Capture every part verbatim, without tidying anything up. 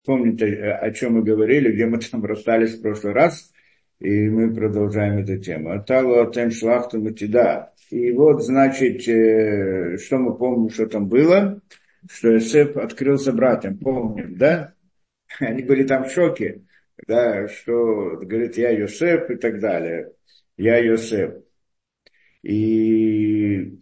Помните, о о чем мы говорили, где мы там расстались в прошлый раз, и мы продолжаем эту тему. Аталу атем шлахту матида. И вот, значит, э, что мы помним, что там было, что Йосеф открылся братьям, помним, да? Они были там в шоке, да, что, говорит, я Йосеф и так далее. Я Йосеф. И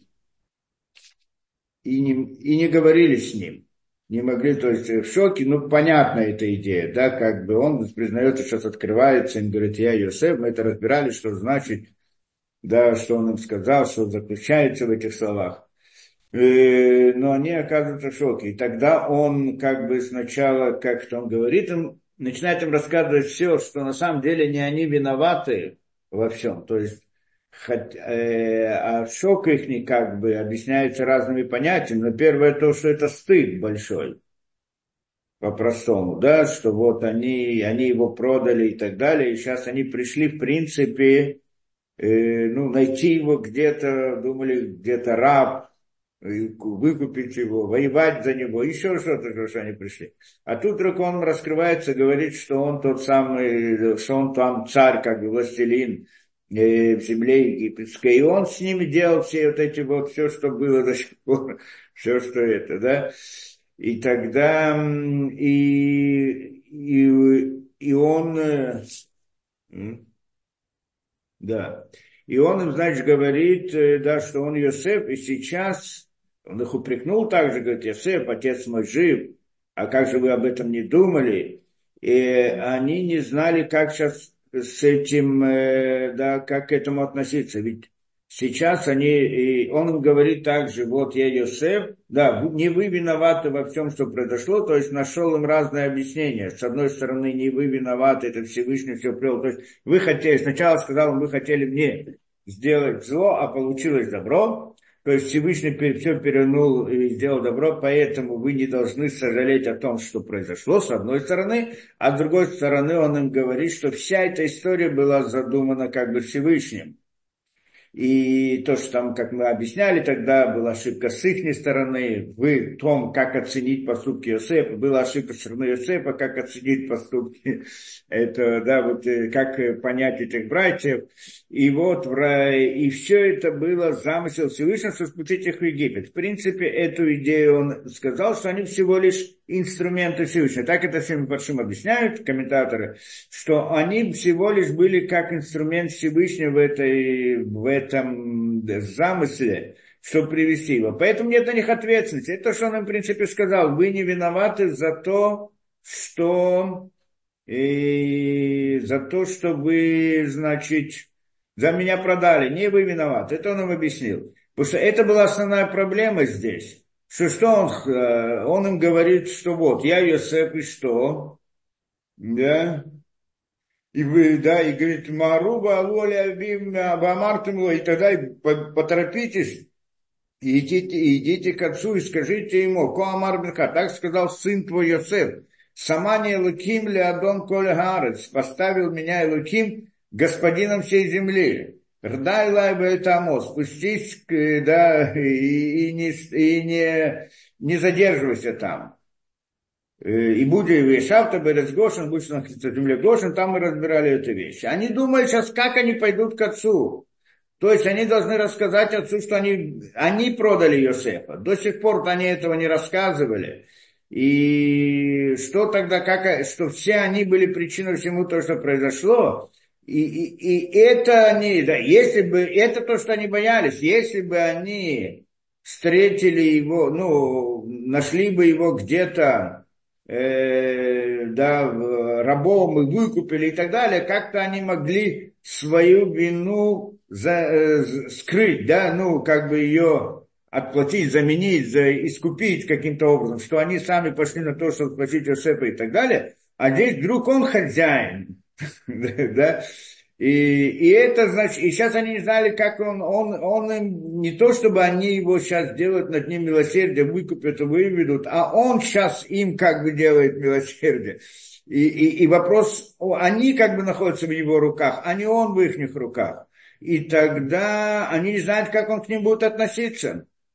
и не, и не говорили с ним. Не могли, то есть в шоке, ну, понятна эта идея, да, как бы он признает, что сейчас открывается, он говорит, я Йосеф, мы это разбирали, что значит, да, что он им сказал, что заключается в этих словах. Э, но они оказываются в шоке. И тогда он как бы сначала, как-то он говорит им, начинает им рассказывать все, что на самом деле не они виноваты во всем. То есть, хоть, э, а шок их как бы объясняется разными понятиями. Но первое то, что это стыд большой, по-простому, да, что вот они, они его продали и так далее. И сейчас они пришли, в принципе, э, ну, найти его где-то, думали, где-то раб, выкупить его, воевать за него, еще что-то, что они пришли. А тут вдруг он раскрывается, говорит, что он тот самый, что он там царь, как бы властелин э, в земле египетской, и он с ними делал все вот эти вот, все, что было до сих пор, все, что это, да. И тогда, и, и, и он, э, да. И он им, значит, говорит, э, да, что он Йосеф, и сейчас он их упрекнул также, говорит, Йосеф, отец мой жив, а как же вы об этом не думали? И они не знали, как сейчас с этим, э, да, как к этому относиться. Ведь сейчас они, и он им говорит также, вот я Йосеф, да, не вы виноваты во всем, что произошло, то есть нашел им разные объяснения. С одной стороны, не вы виноваты, это Всевышний все привел. То есть вы хотели, сначала сказал, вы хотели мне сделать зло, а получилось добро. То есть Всевышний все перевернул и сделал добро, поэтому вы не должны сожалеть о том, что произошло, с одной стороны, а с другой стороны он им говорит, что вся эта история была задумана как бы Всевышним. И то, что там, как мы объясняли, тогда была ошибка с их стороны в том, как оценить поступки Йосефа. Была ошибка со стороны Йосефа, как оценить поступки, это, да, вот как понять этих братьев. И вот, и все это было замысел Всевышнего, что спустить их в Египет. В принципе, эту идею он сказал, что они всего лишь инструменты Всевышнего. Так это всем большим объясняют комментаторы, что они всего лишь были как инструмент Всевышнего в этой, в этом замысле, чтобы привести его. Поэтому нет на них ответственности. Это то, что он им, в принципе, сказал. Вы не виноваты за то, что, и за то, что вы, значит, за меня продали. Не вы виноваты. Это он им объяснил. Потому что это была основная проблема здесь. Что, что он, он им говорит, что вот, я Йосеф, и что? Да? И вы, да, и говорит, Маруба, Алоля, Абим, Абамартумло, и тогда поторопитесь, и идите, и идите к отцу и скажите ему, Коамар Бенха, так сказал сын твой Йосеф, Самани Элуким Леадон Коля Гарец, поставил меня Элуким господином всей земли. Рдай лайба это Амос, спустись, да, и, и, не, и не, не задерживайся там. И будет Вешавта, Берец Гошин, будешь на земле Гошин, там мы разбирали эту вещь. Они думают сейчас, как они пойдут к отцу. То есть они должны рассказать отцу, что они, они продали Йосефа. До сих пор они этого не рассказывали. И что тогда, как, что все они были причиной всему то, что произошло. И, и, и это они, да, если бы, это то, что они боялись, если бы они встретили его, ну, нашли бы его где-то, э, да, рабом и выкупили и так далее, как-то они могли свою вину за, э, скрыть, да, ну, как бы ее отплатить, заменить, за, искупить каким-то образом, что они сами пошли на то, чтобы сплотить Йосефа и так далее, а здесь вдруг он хозяин. Да? И, и это значит, и сейчас они не знали, как он, он, он им, не то чтобы они его сейчас делают над ним милосердие, выкупят и выведут, а он сейчас им как бы делает милосердие. И, и, и вопрос, они как бы находятся в его руках, а не он в их руках. И тогда они не знают, как он к ним будет относиться.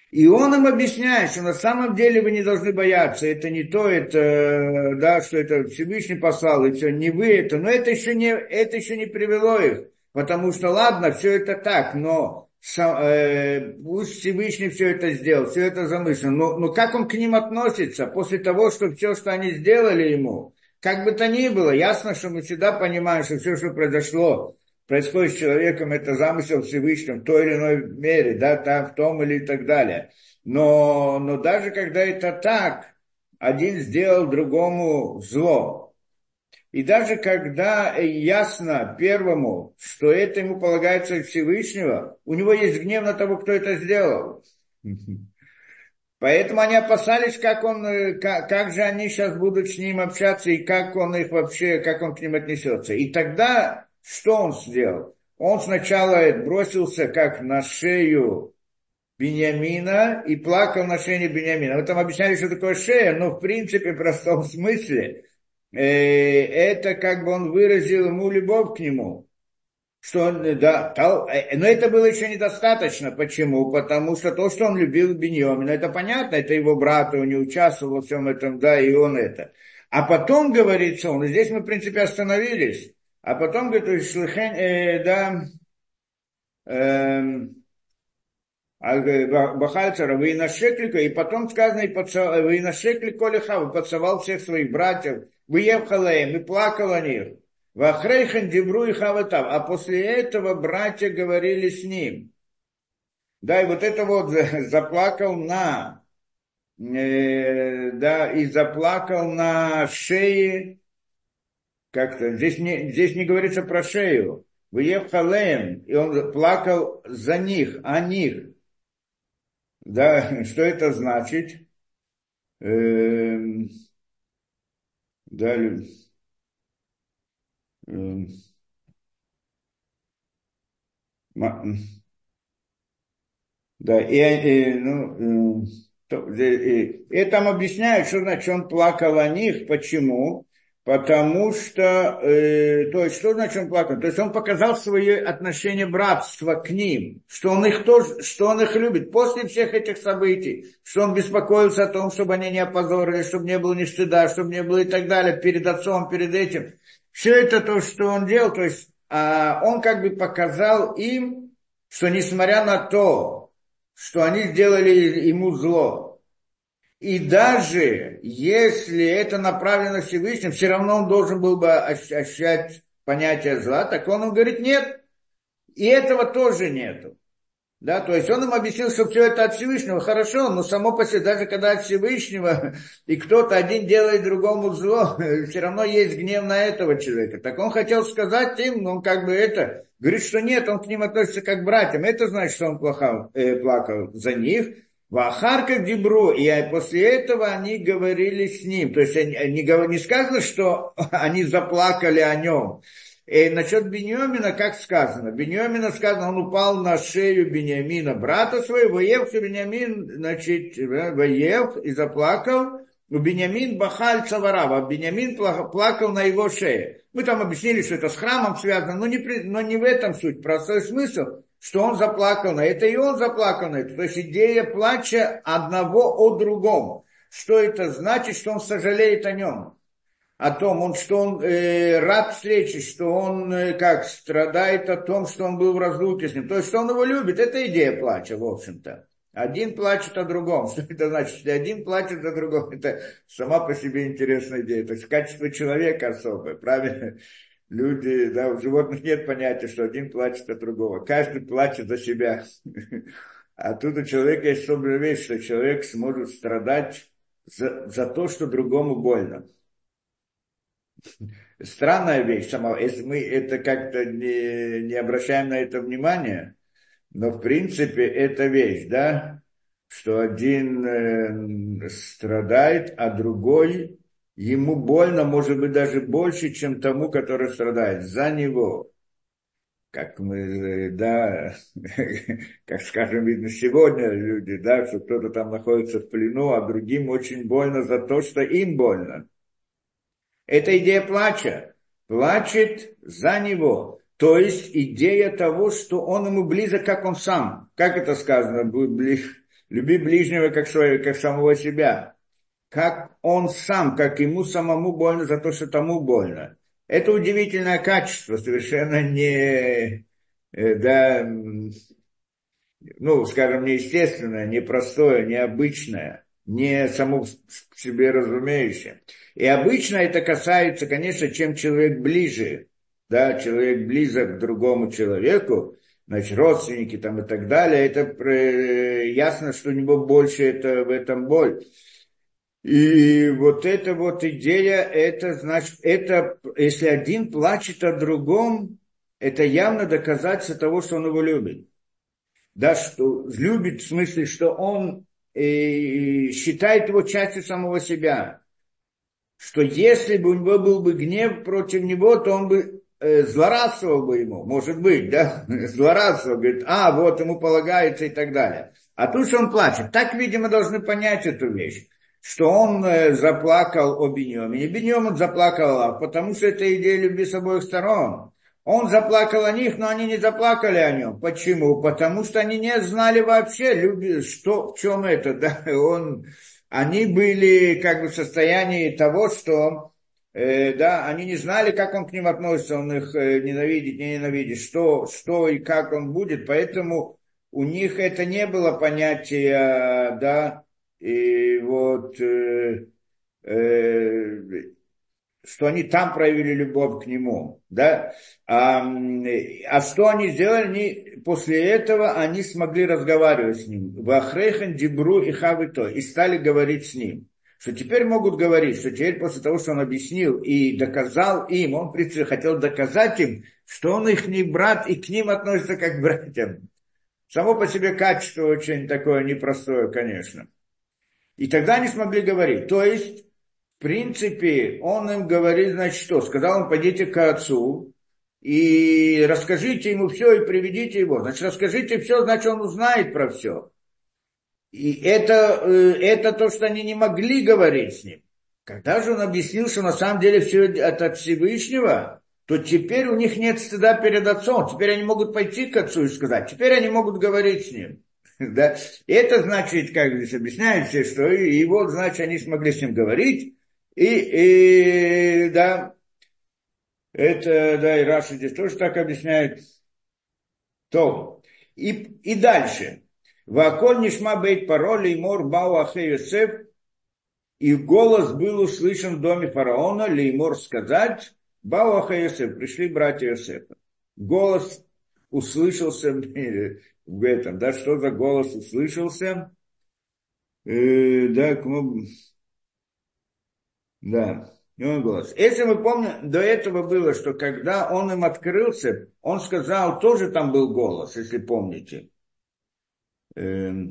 И он им объясняет, что на самом деле вы не должны бояться, это не то, это, да, что это Всевышний послал, и все, не вы это, но это еще не, это еще не привело их, потому что, ладно, все это так, но э, пусть Всевышний все это сделал, все это замыслено, но, но как он к ним относится после того, что все, что они сделали ему, как бы то ни было, ясно, что мы всегда понимаем, что все, что произошло, происходит с человеком, это замысел Всевышнего в той или иной мере, да, там, в том или и так далее. Но, но даже когда это так, один сделал другому зло. И даже когда ясно первому, что это ему полагается от Всевышнего, у него есть гнев на того, кто это сделал. Поэтому они опасались, как он, как, как же они сейчас будут с ним общаться и как он их вообще, как он к ним отнесется. И тогда что он сделал? Он сначала бросился как на шею Биньямина и плакал на шее Биньямина. Мы там объясняли, что такое шея, но в принципе, в простом смысле, э, это как бы он выразил ему любовь к нему. Что он, да, но это было еще недостаточно. Почему? Потому что то, что он любил Биньямина, это понятно, это его брат, он не участвовал во всем этом, да, и он это. А потом, говорится он, и здесь мы, в принципе, остановились, а потом, говорит, шлихен, э, да, э, Бахальцера, вы и нашеклика, и потом сказано, и поцеловал, вы и нашекли колеха, вы поцеловал всех своих братьев, вы ехалаем, и плакал о них. Вахрейхан дебру и хаватав. А после этого братья говорили с ним. Да, и вот это вот заплакал на, э, да, и заплакал на шее, как-то, здесь не, здесь не говорится про шею. Выехалеем, и он плакал за них, о них. Да, что это значит? Эм, да, эм, да, и, и ну, то, и, и там объясняют, что значит он плакал о них, почему? Потому что, э, то есть, что значит он плакал? То есть он показал свое отношение братства к ним, что он их тоже, что он их любит. После всех этих событий, что он беспокоился о том, чтобы они не опозорились, чтобы не было ни стыда, чтобы не было и так далее, перед отцом, перед этим. Все это то, что он делал, то есть а, он как бы показал им, что несмотря на то, что они сделали ему зло, и даже если это направлено Всевышним, все равно он должен был бы ощущать понятие зла, так он им говорит нет, и этого тоже нету. Да, то есть он им объяснил, что все это от Всевышнего, хорошо, но само по себе, даже когда от Всевышнего, и кто-то один делает другому зло, все равно есть гнев на этого человека. Так он хотел сказать им, но он как бы это, говорит, что нет, он к ним относится как к братьям. Это значит, что он плакал, э, плакал за них. Вахарка дебру, и после этого они говорили с ним. То есть они, не, не сказано, что они заплакали о нем. И насчет Биньямина, как сказано? Биньямина сказано, он упал на шею Биньямина, брата своего, воев, что Биньямин, значит, воев и заплакал. У Биньямин бахаль цаварава, Биньямин плакал на его шее. Мы там объяснили, что это с храмом связано, но не, но не в этом суть. Простой смысл, что он заплакал на это, и он заплакал на это. То есть идея плача одного о другом. Что это значит, что он сожалеет о нем? О том, он, что он э, рад встрече, что он э, как страдает о том, что он был в разлуке с ним. То есть, что он его любит. Это идея плача, в общем-то. Один плачет о другом. Что это значит? Если один плачет о другом, это сама по себе интересная идея. То есть, качество человека особое, правильно? Люди, да, у животных нет понятия, что один плачет от другого. Каждый плачет за себя. А тут у человека есть особая вещь, что человек сможет страдать за, за то, что другому больно. Странная вещь сама, если мы это как-то не, не обращаем на это внимание, но в принципе это вещь, да, что один э, страдает, а другой, ему больно, может быть, даже больше, чем тому, который страдает за него. Как мы, да, как скажем, видно сегодня люди, да, что кто-то там находится в плену, а другим очень больно за то, что им больно. Это идея плача. Плачет за него. То есть идея того, что он ему близок, как он сам. Как это сказано? люби ближнего как, своего, как самого себя. Как он сам, как ему самому больно за то, что тому больно. Это удивительное качество, совершенно не, э, да, ну, скажем, неестественное, непростое, необычное, не само в себе разумеющее. И обычно это касается, конечно, чем человек ближе, да, человек близок к другому человеку, значит, родственники там и так далее, это э, ясно, что у него больше это, в этом боль. И вот эта вот идея, это значит, это, если один плачет о другом, это явно доказательство того, что он его любит. Да, что любит в смысле, что он э, считает его частью самого себя. Что если бы у него был бы гнев против него, то он бы э, злорадствовал бы ему, может быть, да, злорадствовал, говорит, а, вот ему полагается и так далее. А тут он плачет. Так, видимо, должны понять эту вещь, что он э, заплакал о Биньямине. Биньямин заплакал, а потому что это идея любви с обоих сторон. Он заплакал о них, но они не заплакали о нем. Почему? Потому что они не знали вообще, люби, что, в чем это. Да? Он, они были как бы в состоянии того, что э, да, они не знали, как он к ним относится, он их э, ненавидит, не ненавидит, что, что и как он будет. Поэтому у них это не было понятия, да, и вот... Э, э, что они там проявили любовь к нему, да, а, а что они сделали, они, после этого они смогли разговаривать с ним, вахрейхан дибру и хавито, и стали говорить с ним, что теперь могут говорить, что теперь после того, что он объяснил и доказал им, он, в принципе, хотел доказать им, что он их не брат и к ним относится как к братьям. Само по себе качество очень такое непростое, конечно. И тогда они смогли говорить, то есть, в принципе, он им говорит, значит, что? Сказал им, пойдите к отцу и расскажите ему все и приведите его. Значит, расскажите все, значит, он узнает про все. И это, это то, что они не могли говорить с ним. Когда же он объяснил, что на самом деле все это от Всевышнего, то теперь у них нет стыда перед отцом. Теперь они могут пойти к отцу и сказать. Теперь они могут говорить с ним. Да? Это значит, как здесь объясняется, что и, и вот, значит, они смогли с ним говорить. И, и да, это, да, и Раша здесь тоже так объясняет. То. И, и дальше. Ваколь нишма бейт пароли и мор бау ахе Йосеф. И голос был услышан в доме фараона, леймор сказать, бау ахе Йосеф, пришли братья Йосефа. Голос услышался в этом, да, что за голос услышался? Э, да, кому... Да, его голос. Если мы помним, до этого было, что когда он им открылся, он сказал, тоже там был голос, если помните. Эм...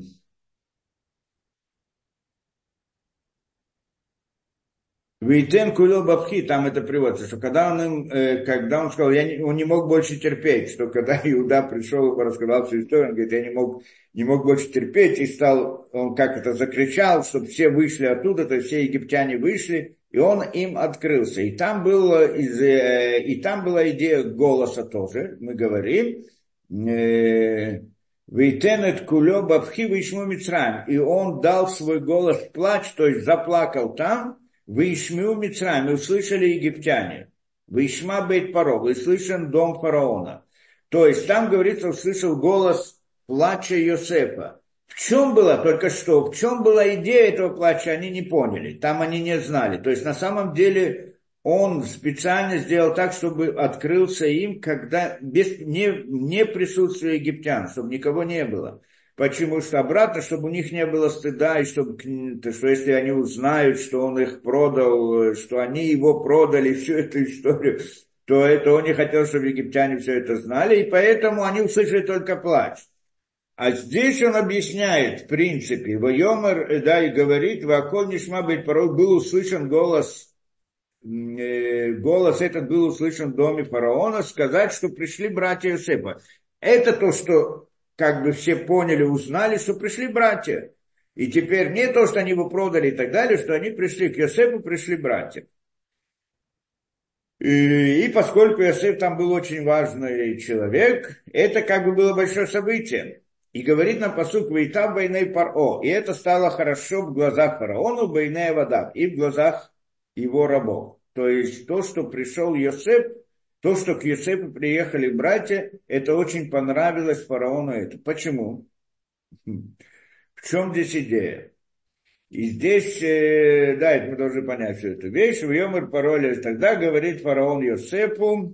Вейтен кулё бабхи, там это приводится, что когда он им, э, когда он сказал, я не, он не мог больше терпеть, что когда Иуда пришел и рассказал всю историю, он говорит, я не мог, не мог больше терпеть, и стал, он как это закричал, чтобы все вышли оттуда, то есть все египтяне вышли, и он им открылся. И там, было, из, э, и там была идея голоса тоже, мы говорим, э, Вейтенет кулё бабхи вишму Мицраим, и он дал свой голос в плач, то есть заплакал там, вы ишмю Мицраим, и услышали египтяне. Вы ишма бейт паро, вы слышен дом фараона. То есть там говорится, услышал голос плача Йосефа. В чем была, только что, в чем была идея этого плача, они не поняли. Там они не знали. То есть на самом деле он специально сделал так, чтобы открылся им, когда без не, не присутствия египтян, чтобы никого не было. Почему? Что обратно, чтобы у них не было стыда, и чтобы, что если они узнают, что он их продал, что они его продали, всю эту историю, то это он не хотел, чтобы египтяне все это знали, и поэтому они услышали только плач. А здесь он объясняет, в принципе, Вайомер, да, и говорит, Ваколь нишма бейт паро, был услышан голос, э, голос этот был услышан в доме фараона, сказать, что пришли братья Йосефа. Это то, что как бы все поняли, узнали, что пришли братья. И теперь не то, что они его продали и так далее, что они пришли к Йосефу, пришли братья. И, и поскольку Йосеф там был очень важный человек, это как бы было большое событие. И говорит нам пасук «Вейта байней паро». И это стало хорошо в глазах фараону, байней вода, и в глазах его рабов. То есть то, что пришел Йосеф, то, что к Йосефу приехали братья, это очень понравилось фараону. Это. Почему? В чем здесь идея? И здесь, э, да, это мы должны понять всю эту вещь. В Йомар пароле тогда говорит фараон Йосефу,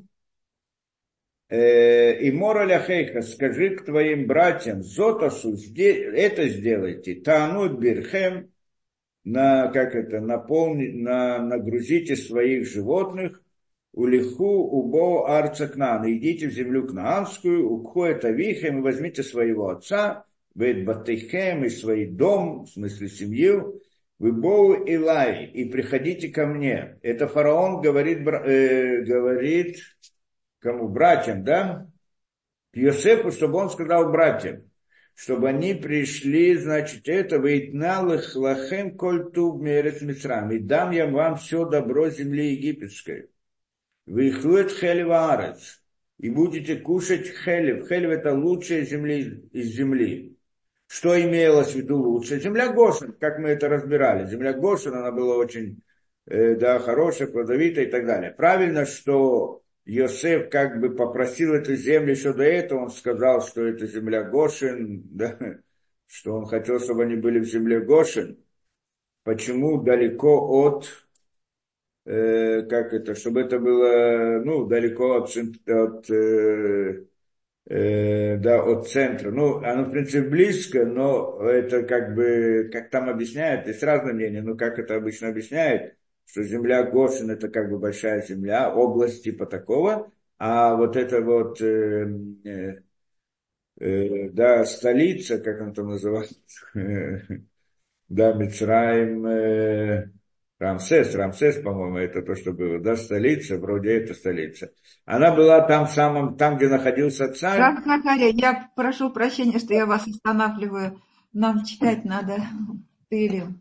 э, и мораля хейха, скажи к твоим братьям, зотасу, это сделайте, таанут бирхем, на, как это, наполнить, на, нагрузите своих животных, улиху убо арца Кнаана, идите в землю кнаанскую, укху это вихем, и возьмите своего отца, вейт батыхем, и свой дом, в смысле семью, вы боу илай, и приходите ко мне. Это фараон говорит, э, говорит кому? Братьям, да? К Йосефу, чтобы он сказал братьям, чтобы они пришли, значит, это вейтналых лахем коль туб мерец мицрам, и дам я вам все добро земли египетской. Вейхлует хелев аарец, и будете кушать хелев. Хелев это лучшая земли из земли. Что имелось в виду лучше? Земля Гошен, как мы это разбирали. Земля Гошен, она была очень, э, да, хорошая, плодовитая и так далее. Правильно, что Йосеф как бы попросил эту землю еще до этого, он сказал, что это земля Гошен, да, что он хотел, чтобы они были в земле Гошен. Почему далеко от, э, как это, чтобы это было, ну, далеко от, от э, э, да, от центра. Ну, оно, в принципе, близко, но это как бы, как там объясняют, есть разные мнения, но как это обычно объясняют, что земля Гошен это как бы большая земля, область типа такого, а вот это вот, э, э, э, да, столица, как он там называется, да, Мицраим, э, Рамсес, Рамсес, по-моему, это то, что было, да, столица, вроде это столица. Она была там самом, там, где находился царь. Да, Захария, я прошу прощения, что я вас останавливаю. Нам читать надо Тылим.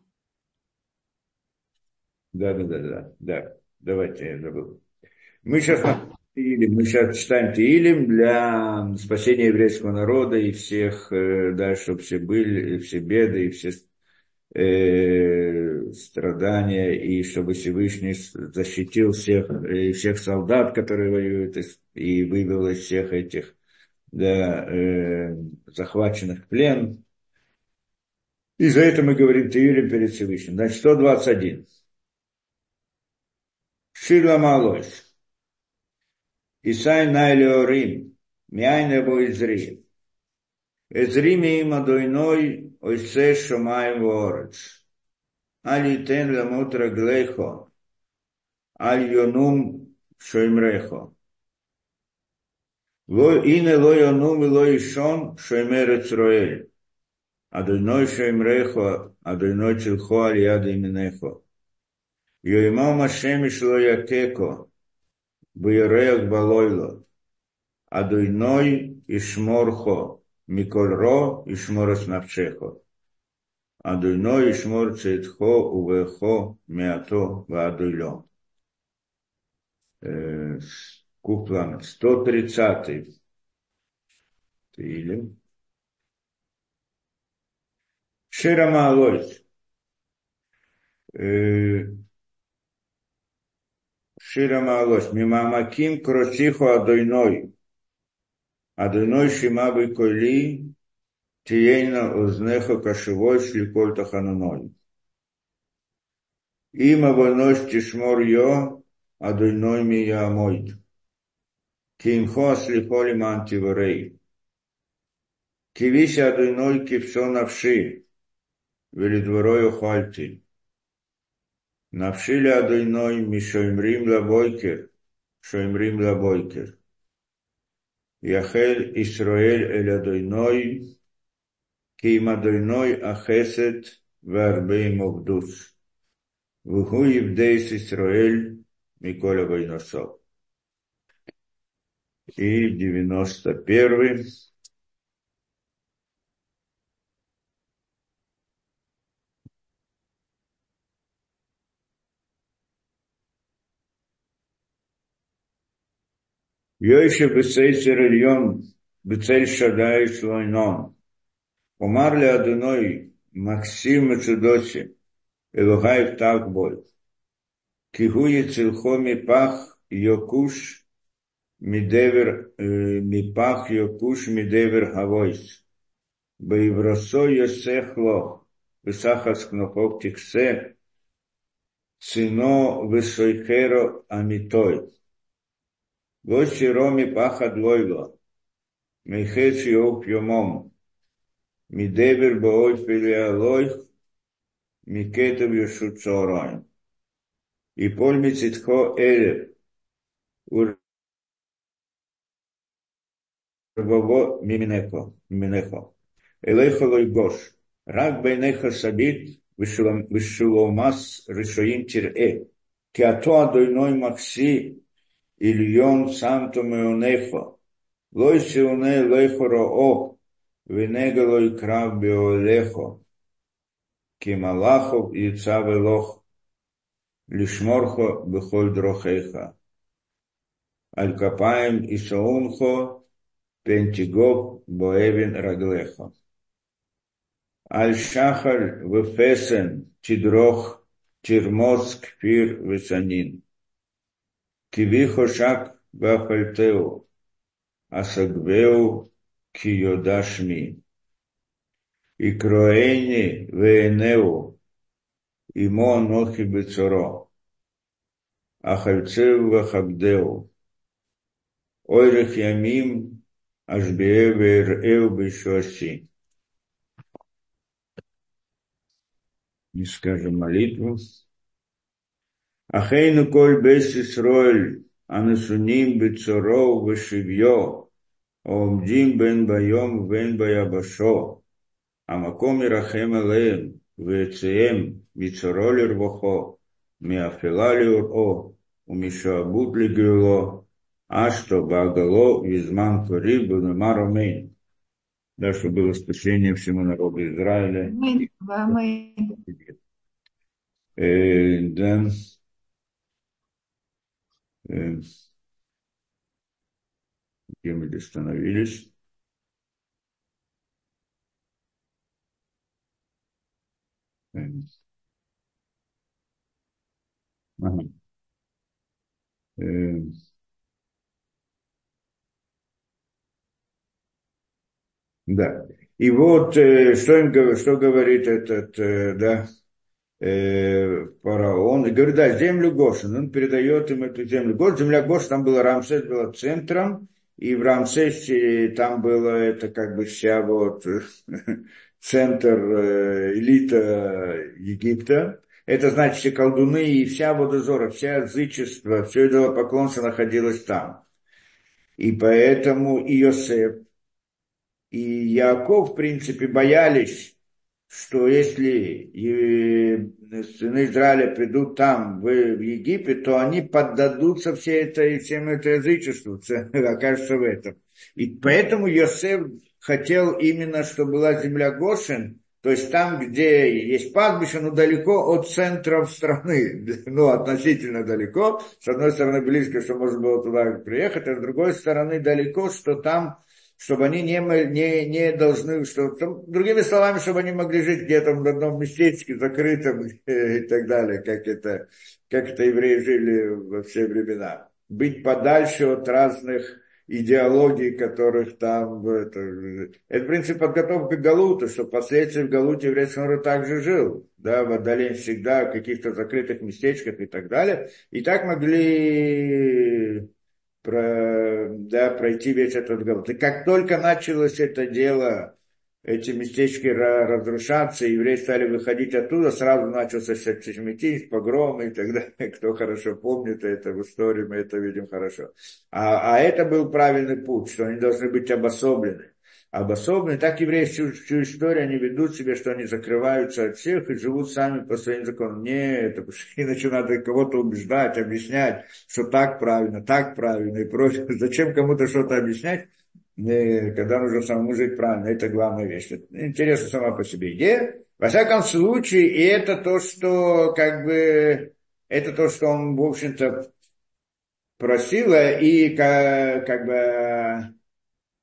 Да, да, да, да, да. Давайте, я забыл. Мы сейчас, Таилим, мы сейчас читаем Таилим для спасения еврейского народа и всех, э, да, чтобы все были, все беды, и все э, страдания, и чтобы Всевышний защитил всех, и всех солдат, которые воюют, и, и вывел из всех этих, да, э, захваченных в плен. И за это мы говорим Таилим перед Всевышним. Значит, сто двадцать один. Шила Малось. Исай Найлеорим. Мяйне бо изри. Эзрими им адойной ойсе шомай ворец. Али тен ламут раглейхо. Аль йонум шоймрехо. Ине ло йонум и ло ишон шоймерец роэль. Адойной шоймрехо. Адойной цилхо аль яд именехо. Йоимам Ашем ишло якеко. Бьерех балойло. Адуйной ишморхо, микольро ишморос навшехо. Адуйной ишмор цейтхо увехо меато ваадуйло. Куплан, сто тридцатый. Или Ширамалой. Ширамалос. Мимамаким кросихо адуйной. Адуйной шимабы коли. Тиейна узнеха кошевой шликоль тахананой. Има войнос тишмор йо, адуйной ми я мойт. Кимхо слихоли мантиварей. Кивися адуйной кивсо навши, велидворою хальти. Навшили адуйной ми шоймрим лабойкер, шоймрим лабойкер. Яхель Исраэль эль адуйной, ким адуйной ахесет варбей мовдус. Вуху Евдейс Исраэль Миколя Войносов. И девяносто первый. Йойше Бесейсер Ильон Бецель Шадай Шлойном. Умар ли Адуной Максим Мецудоси, Элухай так бой. Кигуи Цилхоми Пах Йокуш Мидевер Мипах Йокуш Мидевер Хавойс. Баевросо Йосехло Висахас Кнопок Тиксе Цино Висойхеро Амитой. Лоши Роми Паха Длойло. Мейхец Йоп Йомом. Мидевер Баой Филиалойх. Микетов Йошут Цоройн. И польми цитхо элев, урвово мименехо, мименехо. Элехо лойгош, рак бейнеха сабит, вышеломас решоим тирэ. Киато адойной макси, ильон санто меонехо. Лой сиуне лехо роо, венега лой крав биолехо. Кималахов и цавелох. Лишморхо бехоль дрохейха. Аль-Капаем и Саунхо Пентигов Боэвин Раглехо. Аль-Шахаль Вефесен Тидрох Тирмоск Пир Весанин. Кивихо Шак Бахальтеу Асагвеу Киодашми. И Кроэни Венеу Имо Нохи Бецоро. Ахальцев Вахабдеу. Ойрах Ямим Ашбеевер Эл Бешоси. И скажем молитву. Ахейну коль бес Исроэль, анасуним бецоро вешивьё, омдим бен байом бен баябашо, амаком ирахем элеем, вецеем, бецоро лирвохо, миафела лиуро, умишабут лигюло, а что багало визман кори бунемар омейн. Да, что было спасение всему народу Израиля. Аминь. Аминь. Э, да. Э, где мы остановились? Э, ага. Э, да. И вот, э, что им говорит, что говорит этот, э, да, э, фараон. И говорит, да, землю Гошин. Он передает им эту землю Гошин. Земля Гошин, там была Рамсес, была центром. И в Рамсесе там было это как бы вся вот центр, э, элита Египта. Это значит, все колдуны и вся водозора, вся язычество, все идолопоклонство находилось там. И поэтому и Йосеф, и Яаков, в принципе, боялись, что если сыны Израиля придут там, в, в Египет, то они поддадутся все это, всем это язычеству, окажется в этом. И поэтому Йосеф хотел именно, чтобы была земля Гошен, то есть там, где есть пастбище, но далеко от центров страны, ну, относительно далеко. С одной стороны, близко, что можно было туда приехать, а с другой стороны, далеко, что там, чтобы они не, не, не должны, что, другими словами, чтобы они могли жить где-то в одном местечке, закрытом и так далее, как это, как это евреи жили во все времена. Быть подальше от разных идеологий, которых там... Это, это в принципе, подготовка к Галуту, что впоследствии в Галуте еврейский народ также жил, да, в отдалении всегда, в каких-то закрытых местечках и так далее. И так могли... Про, да, пройти весь этот Галут. И как только началось это дело, эти местечки разрушаться, евреи стали выходить оттуда, сразу начался антисемитизм, погромы и так далее. Кто хорошо помнит это в истории, мы это видим хорошо. А, а это был правильный путь, что они должны быть обособлены. Обособлены, так евреи всю, всю историю, они ведут себя, что они закрываются от всех и живут сами по своим законам. Нет, иначе надо кого-то убеждать, объяснять, что так правильно, так правильно и прочее. Зачем кому-то что-то объяснять, когда нужно самому жить правильно? Это главная вещь. Интересна сама по себе идея. Во всяком случае, и это то, что как бы, это то, что он, в общем-то, просил, и как, как бы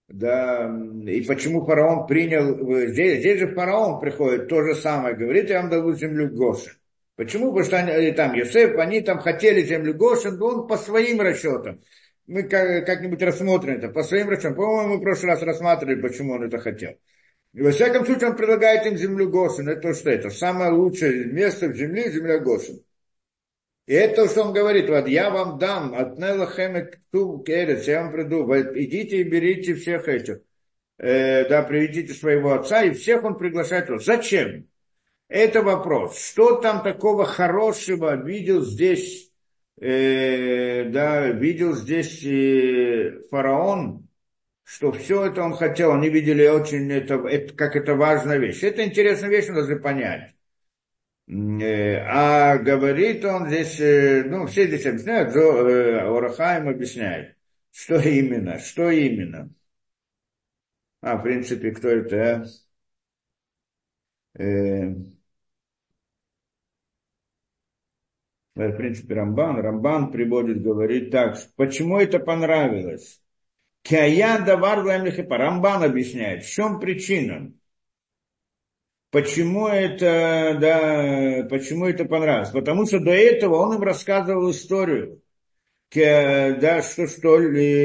Да, и почему фараон принял, здесь, здесь же фараон приходит, то же самое, говорит, я вам даю землю Гошен. Почему? Потому что они, там Йосеф, они там хотели землю Гошен, но он по своим расчетам. Мы как, как-нибудь рассмотрим это, по своим расчетам. По-моему, мы в прошлый раз рассматривали, почему он это хотел. И во всяком случае, он предлагает им землю Гошен. Это что это? Самое лучшее место в земле, земля Гошен. И это, что он говорит, вот я вам дам, от Нелахемет Ту Керец, я вам приду, идите и берите всех этих, э, да, приведите своего отца, и всех он приглашает вас. Зачем? Это вопрос. Что там такого хорошего видел здесь, э, да, видел здесь э, фараон, что все это он хотел, они видели очень, это, это, как это важная вещь. Это интересная вещь, мы должны понять. А говорит он здесь, ну, все здесь объясняют, Ор ха-Хаим объясняет, что именно, что именно. А, в принципе, кто это? Э, в принципе, Рамбан. Рамбан приводит, говорит так, почему это понравилось? Кая давар лэмлихипа. Рамбан объясняет, в чем причина? Почему это, да, почему это понравилось? Потому что до этого он им рассказывал историю. Да, что, что,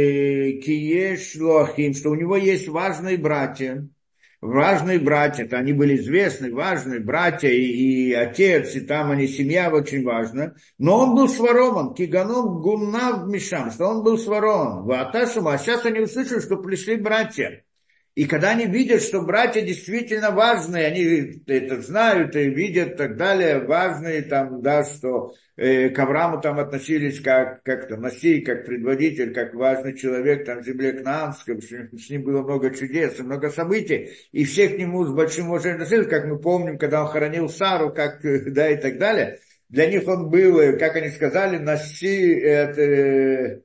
Киеш Лоахим, что у него есть важные братья. Важные братья, это они были известны, важные братья и, и отец, и там они, семья очень важна. Но он был сворован, Киганом Гуннав Мишам, что он был сворован. Ваташума, а сейчас они услышали, что пришли братья. И когда они видят, что братья действительно важные, они это знают и видят и так далее, важные там, да, что э, к Аврааму там относились как, как там, Наси, как предводитель, как важный человек там в земле Кнаанской, с ним было много чудес, много событий, и все к нему с большим уважением относились, как мы помним, когда он хоронил Сару, как, да, и так далее. Для них он был, как они сказали, Наси, это...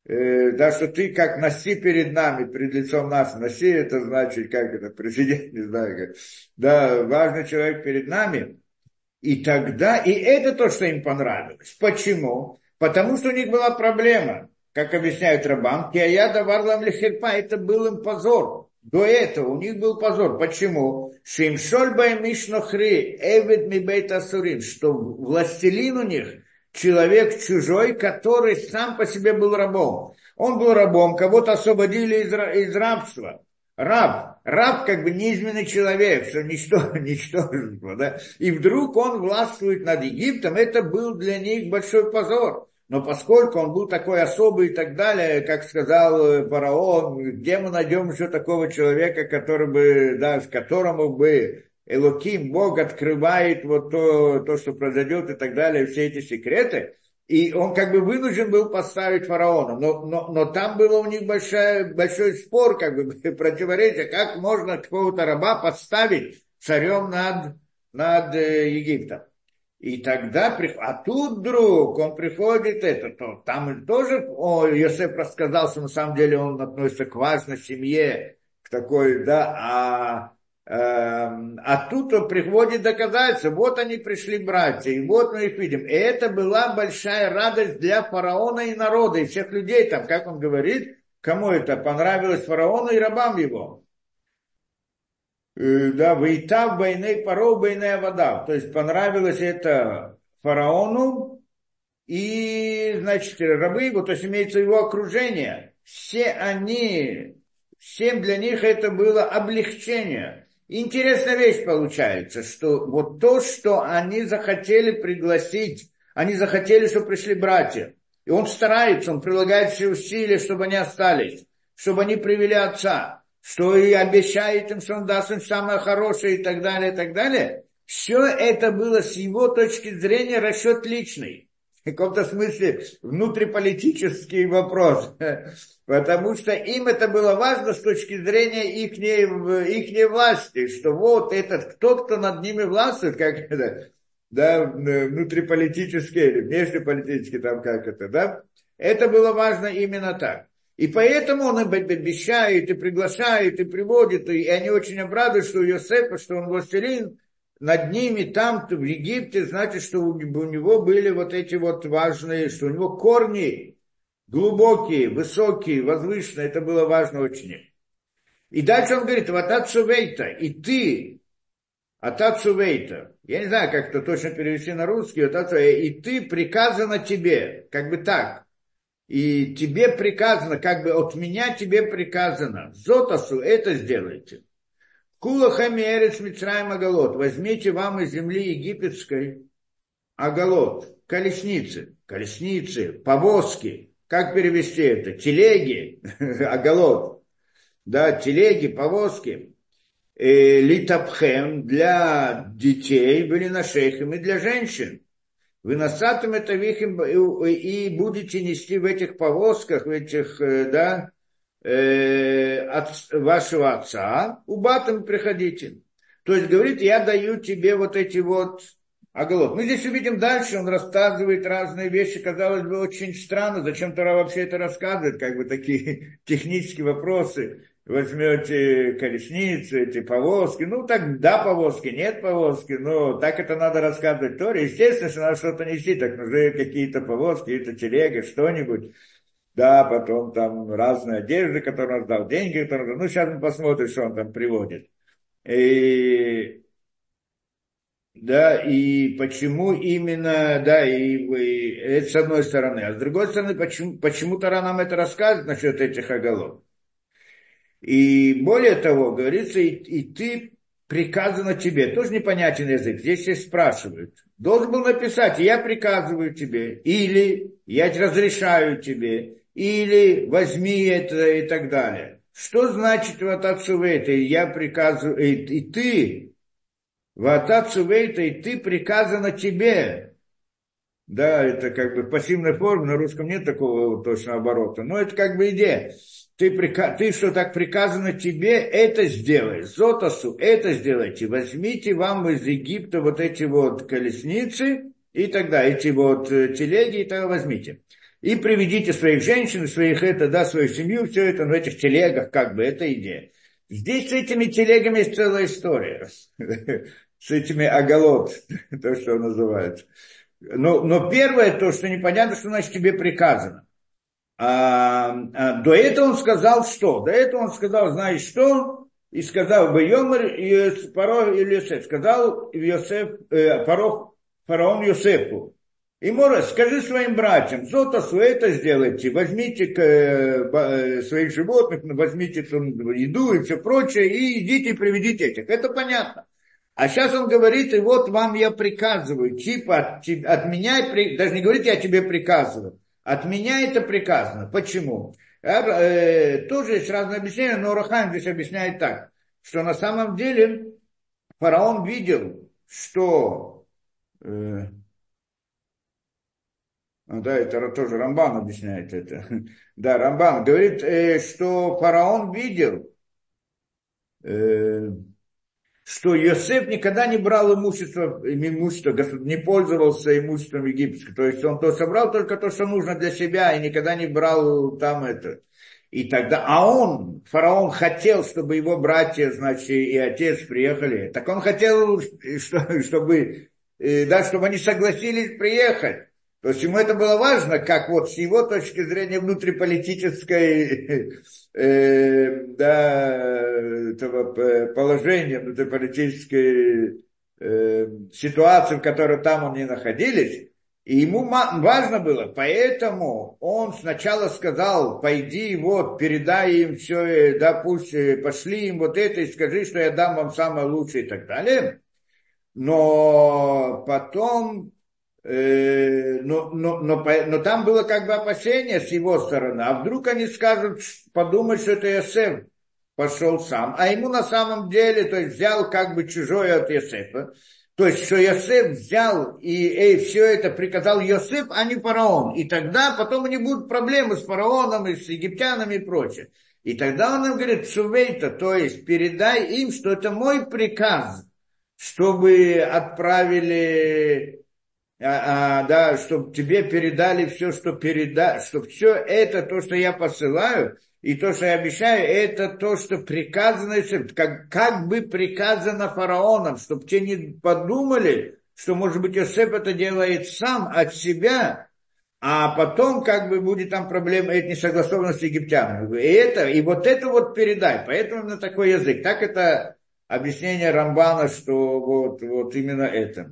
Да, что ты как носи перед нами, перед лицом нас. Носи, это значит, как это, президент, не знаю как. Да, важный человек перед нами. И тогда, и это то, что им понравилось. Почему? Потому что у них была проблема, как объясняют Рабан, кия даварлам лихирпа, это был им позор. До этого у них был позор. Почему? Шимшольбай мишнохри, эвид мибейт асурим, что властелин у них, человек чужой, который сам по себе был рабом. Он был рабом, кого-то освободили из, из рабства. Раб, раб как бы низменный человек, что ничто, ничтожество, да. И вдруг он властвует над Египтом, это был для них большой позор. Но поскольку он был такой особый и так далее, как сказал фараон, где мы найдем еще такого человека, который бы, да, с которому бы Элоким, Бог открывает вот то, то, что произойдет и так далее, все эти секреты. И он как бы вынужден был поставить фараона. Но, но, но там было у них большой, большой спор, как бы противоречие, как можно какого-то раба поставить царем над, над Египтом. И тогда, а тут вдруг он приходит, это, то, там тоже о, Йосеф рассказал, что на самом деле он относится к важной семье, к такой, да, а... А тут он приходит доказательства, вот они пришли братья, и вот мы их видим. И это была большая радость для фараона и народа, и всех людей там, как он говорит, кому это понравилось фараону и рабам его. Да, вейтав байней паро байней вода. То есть понравилось это фараону и, значит, рабы его, то есть имеется его окружение. Все они, всем для них это было облегчение. Интересная вещь получается, что вот то, что они захотели пригласить, они захотели, чтобы пришли братья. И он старается, он прилагает все усилия, чтобы они остались, чтобы они привели отца, что и обещает им, что он даст им самое хорошее и так далее, и так далее. Все это было с его точки зрения расчет личный. В каком-то смысле внутриполитический вопрос. Потому что им это было важно с точки зрения ихней, ихней власти, что вот этот, тот, кто над ними властвует, как это, да, внутриполитический или внешнеполитический, там как это, да, это было важно именно так. И поэтому он им обещает, и приглашает, и приводит, и они очень обрадуются, что у Йосефа, что он властелин, над ними там, в Египте, значит, что у него были вот эти вот важные, что у него корни глубокие, высокие, возвышенные, это было важно очень. И дальше он говорит, вот отцувейта, и ты, от отцувейта, я не знаю, как это точно перевести на русский, вот отцу, и ты приказано тебе, как бы так, и тебе приказано, как бы от меня тебе приказано, зотасу, это сделайте. Кула хамерец Мицраим Агалот, возьмите вам из земли египетской Агалот, колесницы, колесницы, повозки, как перевести это, телеги, Агалот, да, телеги, повозки, э, литапхем для детей, были на шейхам и для женщин. Вы насатым это вихим и будете нести в этих повозках, в этих, да, э, от вашего отца, убатым приходите. То есть, говорит, я даю тебе вот эти вот оголод. Мы здесь увидим дальше, он рассказывает разные вещи, казалось бы, очень странно, зачем Тора вообще это рассказывает, как бы такие технические вопросы. Возьмете колесницы, эти повозки, ну так да повозки, нет повозки, но так это надо рассказывать Торе. Естественно, что надо что-то нести, так нужны какие-то повозки, какие-то телеги, что-нибудь. Да, потом там разные одежды, которые он дал, деньги, которые он дал. Ну, сейчас мы посмотрим, что он там приводит. И, да, и почему именно, да, и, и это с одной стороны. А с другой стороны, почему, почему Тора нам это рассказывает насчет этих оголов? И более того, говорится, и, и ты приказано тебе. Тоже непонятен язык. Здесь все спрашивают. Должен был написать, я приказываю тебе, или я разрешаю тебе, или возьми это и так далее. Что значит ватацувейта, я приказываю, и, и ты, ватацувейта, и ты приказано тебе. Да, это как бы пассивная форма, на русском нет такого точного оборота, но это как бы идея. Ты, ты что так приказано тебе, это сделай. Зотасу, это сделайте. Возьмите вам из Египта вот эти вот колесницы и тогда эти вот телеги, и тогда возьмите. И приведите своих женщин, своих это, да, свою семью, все это в этих телегах, как бы, это идея. Здесь с этими телегами есть целая история. С этими оголот, то, что называется. Но, но первое, то, что непонятно, что значит тебе приказано. А, а, до этого он сказал что? До этого он сказал, знаешь что? И сказал бы Йомер Паро или Йосеф. Сказал Йосеф, э, Паро, фараон Йосефу. И Мора, скажи своим братьям, зотасу это сделайте, возьмите э, своих животных, возьмите еду и все прочее, и идите и приведите этих. Это понятно. А сейчас он говорит, и вот вам я приказываю, типа от, от меня, даже не говорит, я тебе приказываю. От меня это приказано. Почему? Э, тоже есть разные объяснения, но Рахаим здесь объясняет так, что на самом деле фараон видел, что... Э, да, это тоже Рамбан объясняет это. Да, Рамбан говорит, э, что фараон видел... Э, что Йосеф никогда не брал имущество, имущество, не пользовался имуществом египетским. То есть он то собрал только то, что нужно для себя, и никогда не брал там это. И тогда, а он, фараон, хотел, чтобы его братья, значит, и отец приехали. Так он хотел, чтобы, да, чтобы они согласились приехать. То есть ему это было важно, как вот с его точки зрения внутриполитической э, да, этого положения, внутриполитической э, ситуации, в которой там они находились. И ему важно было, поэтому он сначала сказал, пойди, вот, передай им все, да, пусть пошли им вот это и скажи, что я дам вам самое лучшее и так далее. Но потом... Но, но, но, но там было как бы опасение с его стороны. А вдруг они скажут, подумают, что это Йосеф пошел сам. А ему на самом деле, то есть взял как бы чужое от Йосефа. То есть, что Йосеф взял и, и все это приказал Йосеф, а не фараон. И тогда потом у них будут проблемы с фараоном и с египтянами и прочее. И тогда он им говорит, шувейта, то есть передай им, что это мой приказ, чтобы отправили... А, а, да, чтобы тебе передали все, что передали, чтобы все это, то, что я посылаю, и то, что я обещаю, это то, что приказано, как, как бы приказано фараоном, чтобы те не подумали, что, может быть, Йосеф это делает сам от себя, а потом как бы будет там проблема, это несогласованность с египтянами. И это, и вот это вот передай, поэтому на такой язык. Так это объяснение Рамбана, что вот, вот именно это.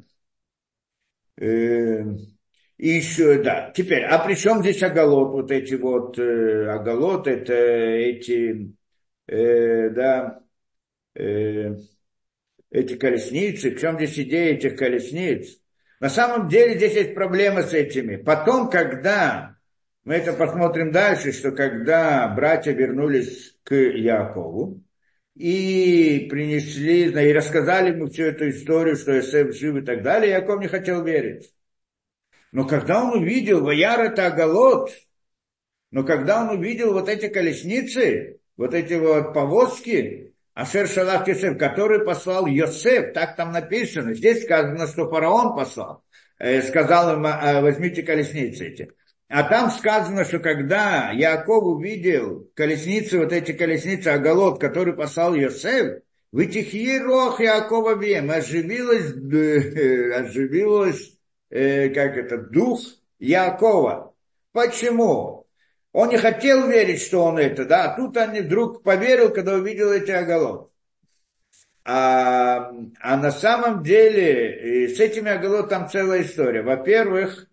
Э, И еще, да. Теперь, а при чем здесь оголот? Вот эти вот э, оголот, это эти, э, да, э, эти колесницы. В чем здесь идея этих колесниц? На самом деле здесь есть проблема с этими. Потом, когда мы это посмотрим дальше, что когда братья вернулись к Якову и принесли, и рассказали ему всю эту историю, что Иосиф жив и так далее, Яков не хотел верить. Но когда он увидел, Ваяр это оголот, но когда он увидел вот эти колесницы, вот эти вот повозки, Ашер Шалах Йосеф, который послал Йосеф, так там написано, здесь сказано, что фараон послал, э, сказал им, э, возьмите колесницы эти. А там сказано, что когда Яаков увидел колесницы, вот эти колесницы, оголот, который послал Йосеф, вытихи рох Яакова вем, оживилось, э, оживилось, э, как это, дух Яакова. Почему? Он не хотел верить, что он это, да, а тут он вдруг поверил, когда увидел эти оголот. А, а на самом деле с этими оголот там целая история. Во-первых,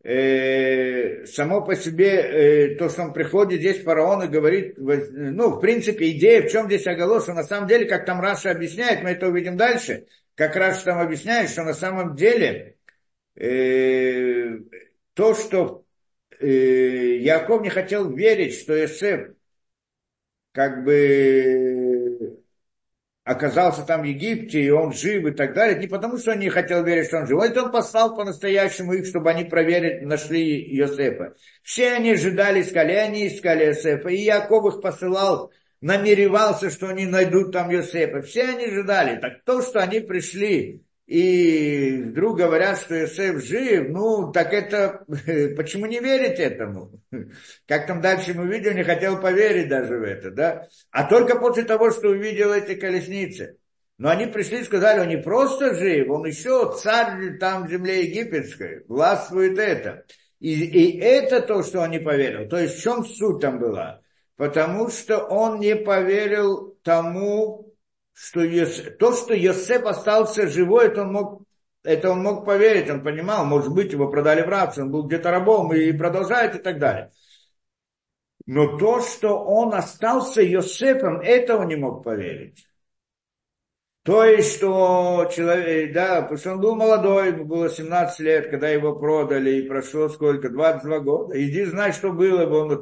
э, само по себе э, то, что он приходит здесь, фараон и говорит, ну, в принципе, идея, в чем здесь оголот, что на самом деле, как там Раша объясняет, мы это увидим дальше, как Раша там объясняет, что на самом деле э, то, что Яков не хотел верить, что Иосиф как бы оказался там в Египте, и он жив и так далее. Не потому, что он не хотел верить, что он жив. Это он послал по-настоящему их, чтобы они проверили, нашли Иосифа. Все они ожидали, искали, они искали Иосифа. И Яков их посылал, намеревался, что они найдут там Иосифа. Все они ожидали. Так то, что они пришли и вдруг говорят, что Иосиф жив, ну, так это, почему не верить этому? Как там дальше мы видим, не хотел поверить даже в это, да? А только после того, что увидел эти колесницы. Но они пришли и сказали, он не просто жив, он еще царь там в земле египетской, властвует это. И, и это то, что он не поверил. То есть в чем суть там была? Потому что он не поверил тому, что Йосеф, то, что Йосеф остался живой, это он мог, это он мог поверить, он понимал, может быть, его продали в рабство, он был где-то рабом и продолжает и так далее. Но то, что он остался Йосефом, это он не мог поверить. То есть, что человек, да, потому что он был молодой, ему было семнадцать лет, когда его продали, и прошло сколько, двадцать два года. Иди знай, что было бы, он,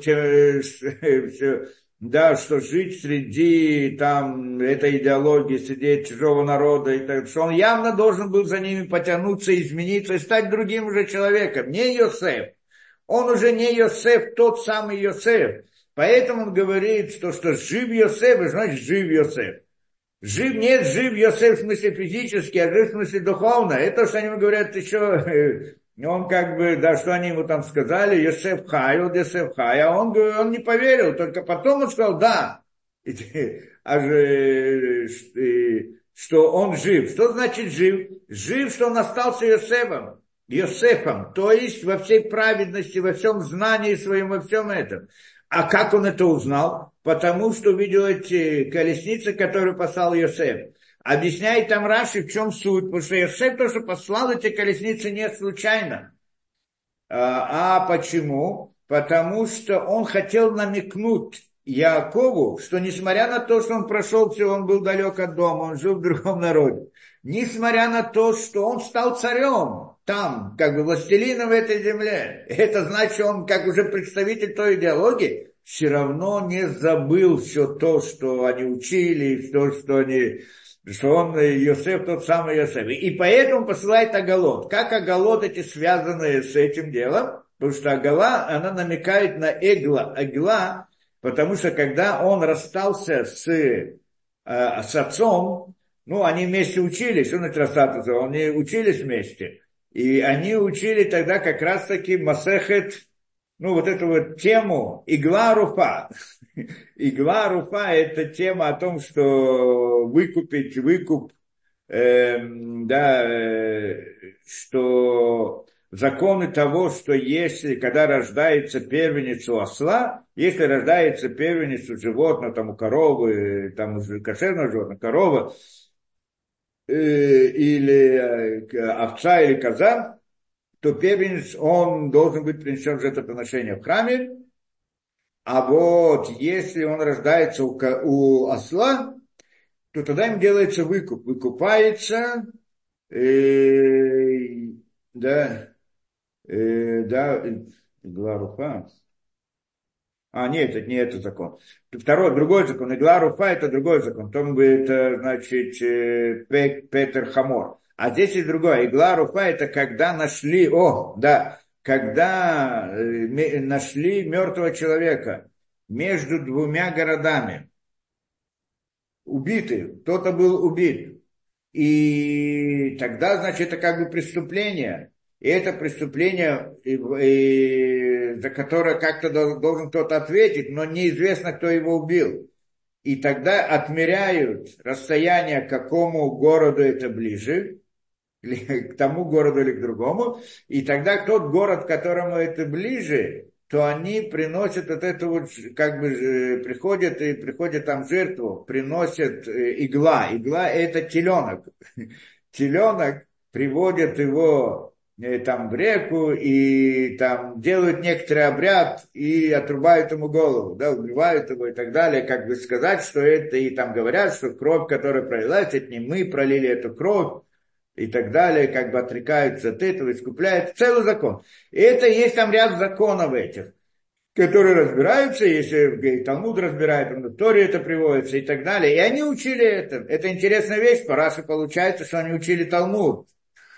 все, да, что жить среди там этой идеологии, среди чужого народа, и так, что он явно должен был за ними потянуться, измениться и стать другим уже человеком, не Йосеф. Он уже не Йосеф, тот самый Йосеф. Поэтому он говорит, что, что жив Йосеф, значит жив Йосеф. Жив, нет, жив Йосеф в смысле физически, а жив в смысле духовно. Это, что они ему говорят, еще, он как бы, да, что они ему там сказали, Йосеф Хай, вот Йосеф Хай, а он, он не поверил, только потом он сказал, да, а же, что он жив. Что значит жив? Жив, что он остался Йосефом, Йосефом, то есть во всей праведности, во всем знании своем, во всем этом. А как он это узнал? Потому что увидел эти колесницы, которые послал Йосеф. Объясняет там Раши, в чем суть. Потому что Йосеф то, что послал эти колесницы, не случайно. А, а почему? Потому что он хотел намекнуть Яакову, что несмотря на то, что он прошел все, он был далек от дома, он жил в другом народе. Несмотря на то, что он стал царем, там, как бы властелином в этой земле, это значит, что он, как уже представитель той идеологии, все равно не забыл все то, что они учили, то, что они, что он, Йосеф, тот самый Йосеф. И поэтому посылает оголот. Как оголот эти связанные с этим делом? Потому что огола, она намекает на эгла. Эгла, потому что когда он расстался с, э, с отцом, ну, они вместе учились, он это расстался, они учились вместе. И они учили тогда как раз-таки Масехет, ну, вот эту вот тему Игла Руфа. Игла Руфа – это тема о том, что выкупить, выкуп, э, да, э, что законы того, что если, когда рождается первенец у осла, если рождается первенец у животного, там у коровы, там у кошерного животного, корова, э, или э, овца, или коза, то первенец, он должен быть принесен в жертвоприношение в храме, а вот если он рождается у, у осла, то тогда им делается выкуп. Выкупается, э, да, э, да, Игла-Руфа. А, нет, это не этот закон. Второй, другой закон. Игла-Руфа это другой закон. Там это, значит, э, Петер Хамор. А здесь есть другое. Игла-Руфа это когда нашли, о, да, когда э, нашли мертвого человека между двумя городами. Убитый, кто-то был убит. И тогда, значит, это как бы преступление. И это преступление, и, и, за которое как-то должен кто-то ответить, но неизвестно, кто его убил. И тогда отмеряют расстояние, к какому городу это ближе, к тому городу или к другому. И тогда тот город, к которому это ближе, то они приносят вот это вот, как бы приходят и приходят там в жертву, приносят игла. Игла это теленок. Теленок приводят его там в реку и там делают некоторый обряд и отрубают ему голову, да, убивают его и так далее, как бы сказать, что это, и там говорят, что кровь, которая пролилась, это не мы пролили эту кровь, и так далее, как бы отрекаются от этого, искупляют, целый закон. И это есть там ряд законов этих, которые разбираются, если Талмуд разбирает, в Торе это приводится и так далее. И они учили это. Это интересная вещь, по Раши получается, что они учили Талмуд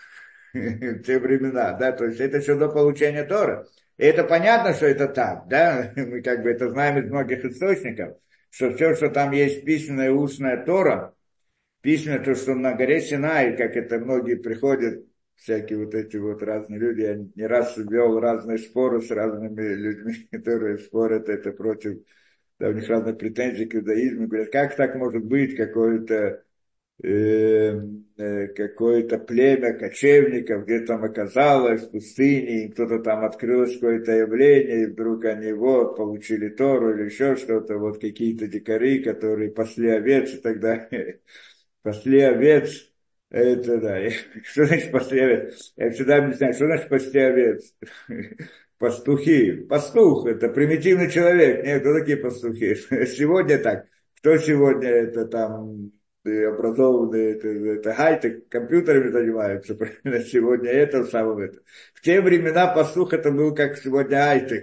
в те времена, да, то есть это еще до получения Торы. И это понятно, что это так, да, мы как бы это знаем из многих источников, что все, что там есть письменная и устная Тора, письменно, то, что на горе Синай, как это многие приходят, всякие вот эти вот разные люди, я не раз вел разные споры с разными людьми, которые спорят это против, да, у них разные претензии к иудаизму, говорят, как так может быть, какое-то э, э, какое-то племя кочевников, где там оказалось в пустыне, и кто-то там открылось какое-то явление, и вдруг они вот получили Тору или еще что-то, вот какие-то дикари, которые пасли овец и так далее. Пасли овец, это да. Что значит пасли овец? Я всегда объясняю, что значит пасти овец? Пастухи. Пастух, это примитивный человек. Нет, кто такие пастухи? Сегодня так. Кто сегодня это там образованные, это, это хай-тек, компьютерами занимаются. Сегодня это самое это. В те времена пастух это был как сегодня хай-тек.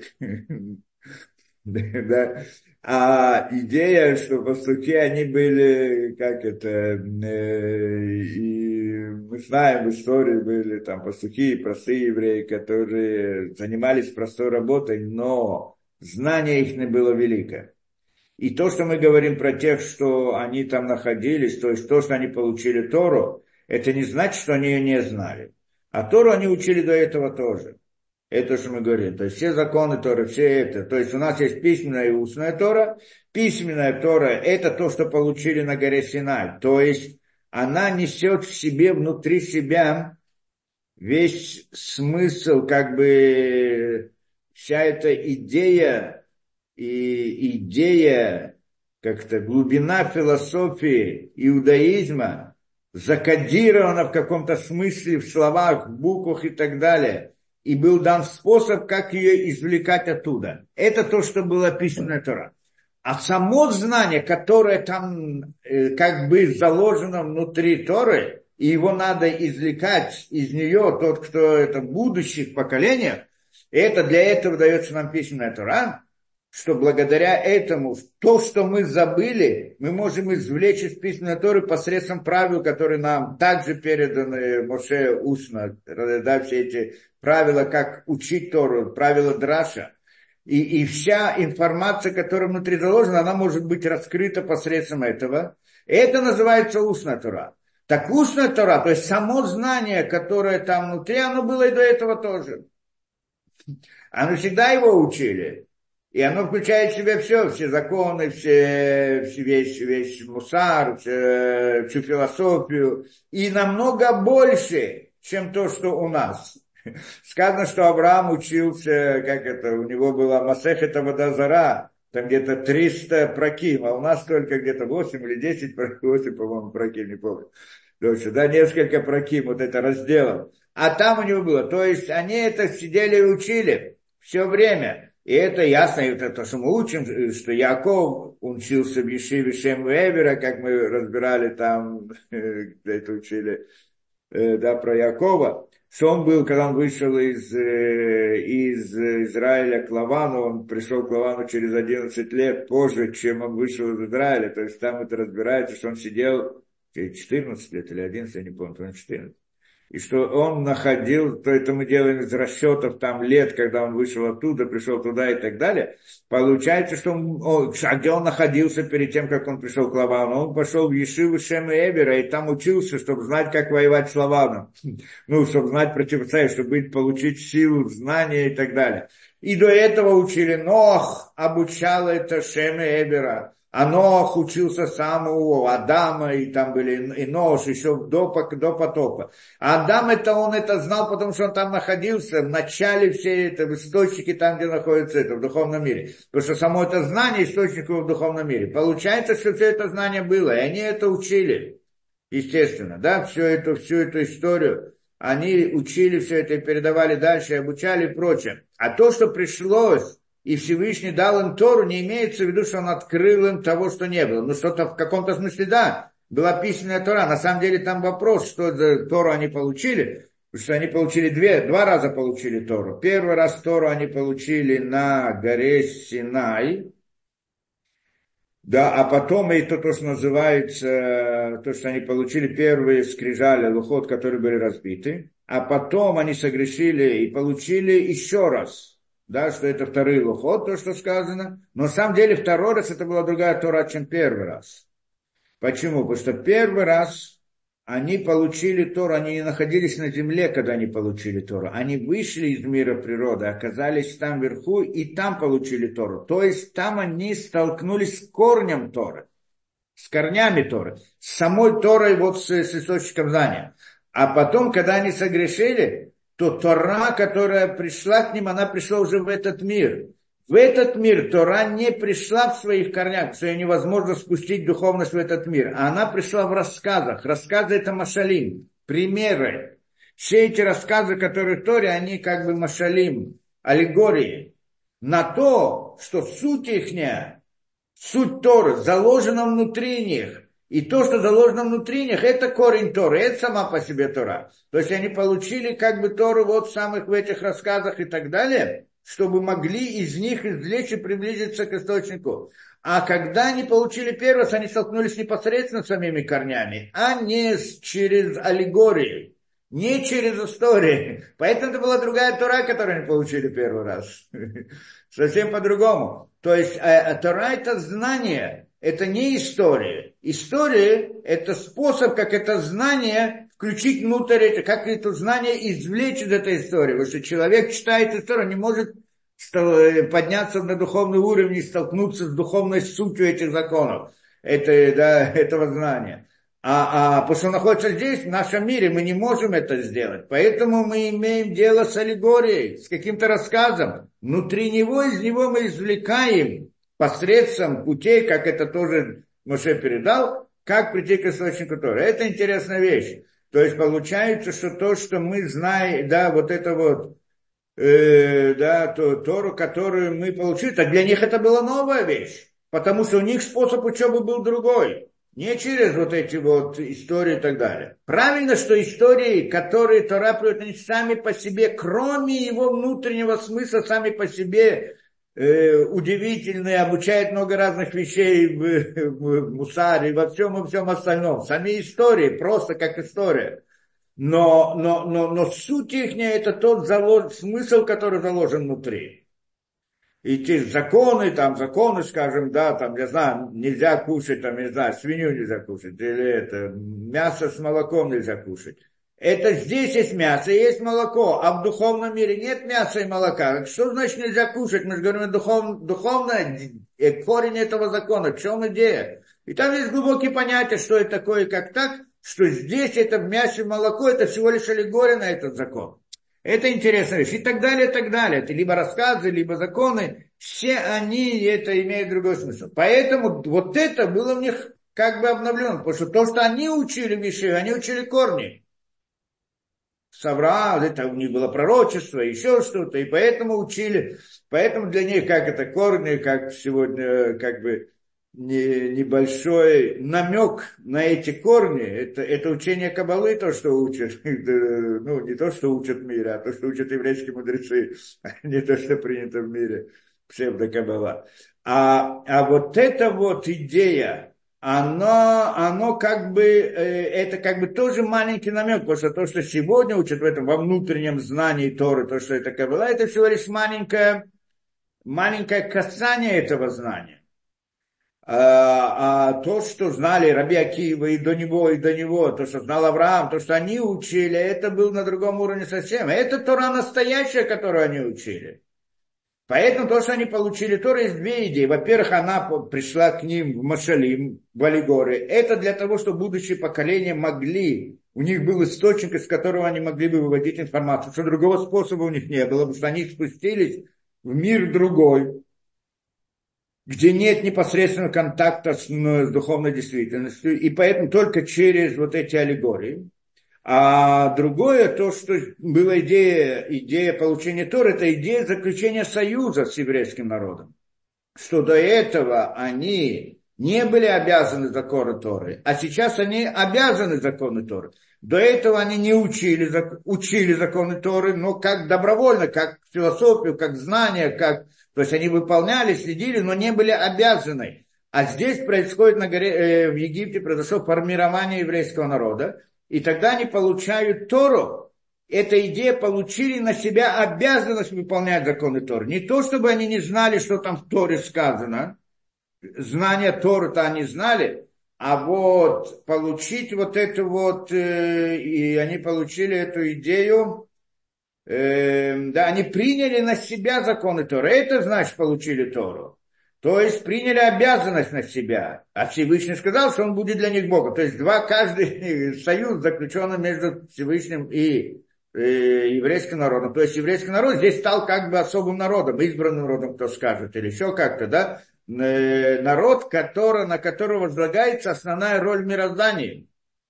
Да. А идея, что пастухи, они были, как это, э, и мы знаем, в истории были там пастухи, простые евреи, которые занимались простой работой, но знание их не было великое. И то, что мы говорим про тех, что они там находились, то есть то, что они получили Тору, это не значит, что они ее не знали. А Тору они учили до этого тоже. Это что мы говорим. То есть все законы Торы, все это. То есть у нас есть письменная и устная Тора. Письменная Тора – это то, что получили на горе Синай. То есть она несет в себе, внутри себя весь смысл, как бы вся эта идея и идея, как-то глубина философии иудаизма закодирована в каком-то смысле в словах, в буквах и так далее. И был дан способ, как ее извлекать оттуда. Это то, что было письменная Тора. А само знание, которое там э, как бы заложено внутри Торы, и его надо извлекать из нее, тот, кто это в будущих поколениях, это для этого дается нам письменная Тора, что благодаря этому то, что мы забыли, мы можем извлечь из письменной Торы посредством правил, которые нам также переданы Моше устно, да, все эти правила, как учить Тору, правила Драша. И, и вся информация, которая внутри заложена, она может быть раскрыта посредством этого. Это называется устная Тора. Так устная Тора, то есть само знание, которое там внутри, оно было и до этого тоже. Оно всегда его учили. И оно включает в себя все, все законы, все, все весь, весь мусар, все, всю философию. И намного больше, чем то, что у нас. Сказано, что Авраам учился, как это, у него была Масехет Аводазара, там где-то триста праким, а у нас только где-то восемь или десять, восемь, по-моему, праким, не помню. Дольше, да, несколько праким, вот это разделом. А там у него было, то есть они это сидели и учили все время. И это ясно, и это то, что мы учим, что Яков учился в Ешиве Шем Эвера, как мы разбирали там, это учили, да, про Якова, что он был, когда он вышел из, из Израиля к Лавану, он пришел к Лавану через одиннадцать лет позже, чем он вышел из Израиля, то есть там это разбирается, что он сидел четырнадцать лет или одиннадцать, я не помню, он четырнадцать. И что он находил, то это мы делаем из расчетов там лет, когда он вышел оттуда, пришел туда и так далее. Получается, что он, он, а где он находился перед тем, как он пришел к Лавану? Он пошел в Ешиву Шем Эвера и там учился, чтобы знать, как воевать с Лаваном. Ну, чтобы знать противостоять, чтобы быть, получить силу, знания и так далее. И до этого учили Ноах, обучал это Шем Эвера. А Ноах учился сам у Адама, и там были и Нош, еще до, до потопа. А Адам это, он это знал, потому что он там находился, в начале всей это, в источнике там, где находится это, в духовном мире. Потому что само это знание источник в духовном мире. Получается, что все это знание было, и они это учили, естественно, да, всю эту, всю эту историю. Они учили все это и передавали дальше, обучали и прочее. А то, что пришлось, и Всевышний дал им Тору, не имеется в виду, что он открыл им того, что не было. Ну, что-то в каком-то смысле, да, была письменная Тора. На самом деле там вопрос, что за Тору они получили. Потому что они получили две, два раза получили Тору. Первый раз Тору они получили на горе Синай. Да, а потом это то, что называется, то, что они получили первые скрижали, лухот, которые были разбиты. А потом они согрешили и получили еще раз. Да, что это второй лухот, то, что сказано. Но на самом деле второй раз это была другая Тора, чем первый раз. Почему? Потому что первый раз они получили Тору, они не находились на земле, когда они получили Тору. Они вышли из мира природы, оказались там вверху и там получили Тору. То есть там они столкнулись с корнем Торы, с корнями Торы, с самой Торой, вот с, с источником знания. А потом, когда они согрешили, то Тора, которая пришла к ним, она пришла уже в этот мир. В этот мир Тора не пришла в своих корнях, что ее невозможно спустить духовность в этот мир. А она пришла в рассказах. Рассказы это машалим, примеры. Все эти рассказы, которые в Торе, они как бы машалим, аллегории. На то, что суть ихняя, суть Торы заложена внутри них. И то, что заложено внутри них, это корень Торы, это сама по себе Тора. То есть они получили как бы Тору вот в самых в этих рассказах и так далее, чтобы могли из них извлечь и приблизиться к источнику. А когда они получили первый раз, они столкнулись непосредственно с самими корнями, а не через аллегории, не через истории. Поэтому это была другая Тора, которую они получили первый раз. Совсем по-другому. То есть Тора это знание. Это не история. История – это способ, как это знание включить внутрь, это, как это знание извлечь из этой истории. Потому что человек читает историю, не может подняться на духовный уровень и столкнуться с духовной сутью этих законов, это, да, этого знания. А, а потому что он находится здесь, в нашем мире, мы не можем это сделать. Поэтому мы имеем дело с аллегорией, с каким-то рассказом. Внутри него, из него мы извлекаем посредством путей, как это тоже Моше передал, как прийти к источнику Торы. Это интересная вещь. То есть получается, что то, что мы знаем, да, вот это вот, э, да, то, Тору, которую мы получили, так для них это была новая вещь. Потому что у них способ учебы был другой. Не через вот эти вот истории и так далее. Правильно, что истории, которые Тора приводит, они сами по себе, кроме его внутреннего смысла, сами по себе э, удивительные, обучают много разных вещей в, в мусаре, во всем и всем остальном. Сами истории, просто как история. Но, но, но, но суть их это тот залож, смысл, который заложен внутри. И те законы, там законы, скажем, да, там, я знаю, нельзя кушать, там, не знаю, свинью нельзя кушать, или это, мясо с молоком нельзя кушать. Это здесь есть мясо и есть молоко, а в духовном мире нет мяса и молока. Что значит нельзя кушать? Мы же говорим, духов, духовно, корень этого закона, в чем идея? И там есть глубокие понятия, что это такое и как так, что здесь это в мясе и молоко, это всего лишь аллегория на этот закон. Это интересная вещь. И так далее, и так далее. Это либо рассказы, либо законы. Все они, это имеет другой смысл. Поэтому вот это было у них как бы обновлено. Потому что то, что они учили вещи, они учили корни. С Авраамом, это у них было пророчество, еще что-то. И поэтому учили. Поэтому для них как это корни, как сегодня как бы не, небольшой намек на эти корни, это, это учение Каббалы, то, что учат, ну, не то, что учат в мире, а то, что учат еврейские мудрецы, не то, что принято в мире, псевдокаббала. А, а вот эта вот идея, оно, оно как бы, э, это как бы тоже маленький намек, потому что то, что сегодня учат в этом, во внутреннем знании Торы, то, что это Каббала, это всего лишь маленькое, маленькое касание этого знания. А, а то, что знали Раби Акива и до него, и до него, то, что знал Авраам, то, что они учили, это было на другом уровне совсем. Это Тора настоящая, которую они учили. Поэтому то, что они получили Тору, есть две идеи. Во-первых, она пришла к ним в Машалим, в аллегории. Это для того, чтобы будущие поколения могли, у них был источник, из которого они могли бы выводить информацию, что другого способа у них не было, потому что они спустились в мир другой, где нет непосредственного контакта с, ну, с духовной действительностью, и поэтому только через вот эти аллегории. А другое, то, что была идея, идея получения Торы, это идея заключения союза с еврейским народом. Что до этого они не были обязаны закону Торы, а сейчас они обязаны закону Торы. До этого они не учили, учили законы Торы, но как добровольно, как философию, как знания, как... То есть они выполняли, следили, но не были обязаны. А здесь происходит на горе, э, в Египте произошло формирование еврейского народа, и тогда они получают Тору. Эта идея получили на себя обязанность выполнять законы Торы. Не то, чтобы они не знали, что там в Торе сказано. Знания Торы-то они знали. А вот получить вот это вот, э, и они получили эту идею, э, да, они приняли на себя законы Торы. Это значит, получили Тору. То есть приняли обязанность на себя. А Всевышний сказал, что он будет для них Богом. То есть два, каждый союз заключен между Всевышним и э, еврейским народом. То есть еврейский народ здесь стал как бы особым народом, избранным народом, кто скажет, или еще как-то, да. Э, народ, который, на которого возлагается основная роль в мироздании.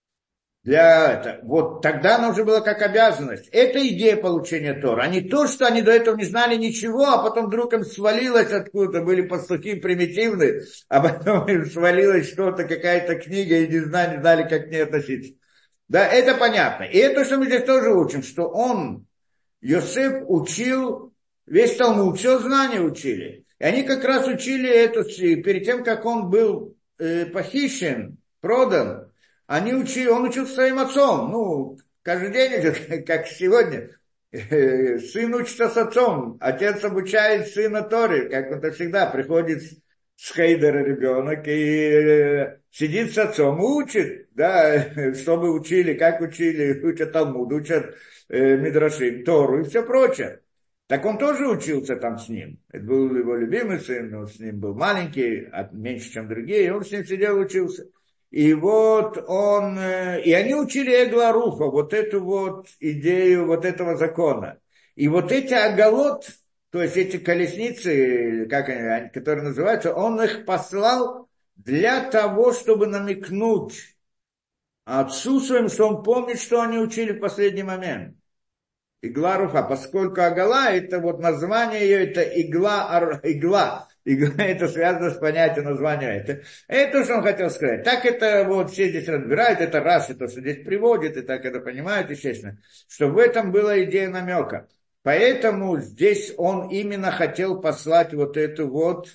Для этого. Вот тогда она уже была как обязанность. Это идея получения Тора. А не то, что они до этого не знали ничего, а потом вдруг им свалилось откуда-то, были пастухи примитивные, а потом им свалилось что-то, какая-то книга, и не знали, не знали, как к ней относиться. Да, это понятно. И это, что мы здесь тоже учим, что он, Йосеф, учил весь Талмуд, все знания учили. И они как раз учили это перед тем, как он был э, похищен, продан. Они учили, он учил своим отцом, ну, каждый день, как сегодня, сын учится с отцом, отец обучает сына Торе, как это всегда, приходит с хейдера ребенок и сидит с отцом, учит, да, что мы учили, как учили, учат Талмуд, учат э, Мидрашим, Тору и все прочее. Так он тоже учился там с ним. Это был его любимый сын, он с ним был маленький, меньше, чем другие, и он с ним сидел и учился. И вот он, и они учили Эгла Руха, вот эту вот идею вот этого закона. И вот эти агалот, то есть эти колесницы, как они, которые называются, он их послал для того, чтобы намекнуть отцу своим, что он помнит, что они учили в последний момент. Игла Руха, поскольку агала, это вот название ее, это игла, игла. Игла, это связано с понятием названия. Это, это что он хотел сказать. Так это вот все здесь разбирают, это раз, это что здесь приводит, и так это понимают, естественно, что в этом была идея намека. Поэтому здесь он именно хотел послать вот эту вот,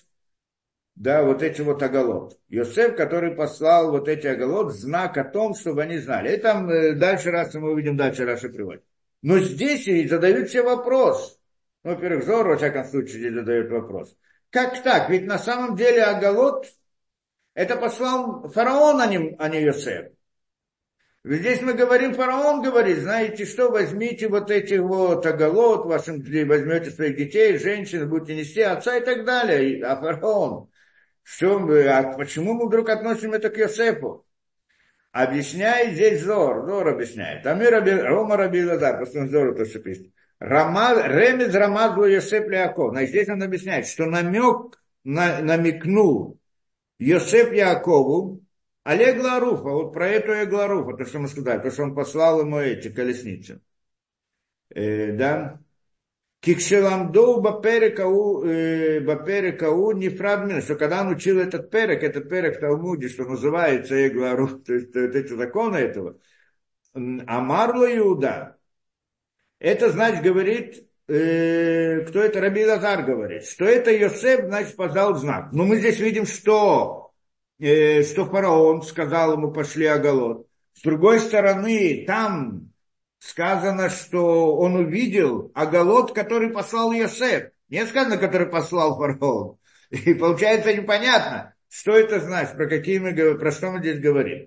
да, вот эти вот агалот. Йосеф, который послал вот эти агалот, знак о том, чтобы они знали. И там дальше раз мы увидим, дальше Раша приводит. Но здесь и задают все вопрос. Ну, во-первых, Зор, во всяком случае, здесь задает вопрос. Как так? Ведь на самом деле Агалот, это послал фараон, а не, а не Йосеф. Ведь здесь мы говорим, фараон говорит, знаете что, возьмите вот эти вот Агалот, вашим, возьмете своих детей, женщин, будете нести отца и так далее. А фараон, что мы, а почему мы вдруг относим это к Йосефу? Объясняет здесь Зор, Зор объясняет. Амир Рома Раби Лазар, просто Зор то, что пишет. Рамаз, ремез Рамазлу Йосеф Яаков. Значит, здесь он объясняет, что намек, на, намекнул Йосеф Яакову, Олег Ларуфа, вот про эту Эгларуфа, то, что мы сказали, то, что он послал ему эти колесницы. Э, да. Кикшеламдоу баперекау баперекау нефрадмин, что когда он учил этот перек, этот перек в Талмуде, что называется Эгларуф, то есть вот эти законы этого, Амарло Иуда, это, значит, говорит, э, кто это, Раби Лазар говорит, что это Йосеф, значит, подал знак. Но мы здесь видим, что, э, что фараон сказал ему, пошли оголод. С другой стороны, там сказано, что он увидел оголод, который послал Йосеф. Не сказано, который послал фараон. И получается непонятно, что это значит, про, какие мы, про что мы здесь говорим.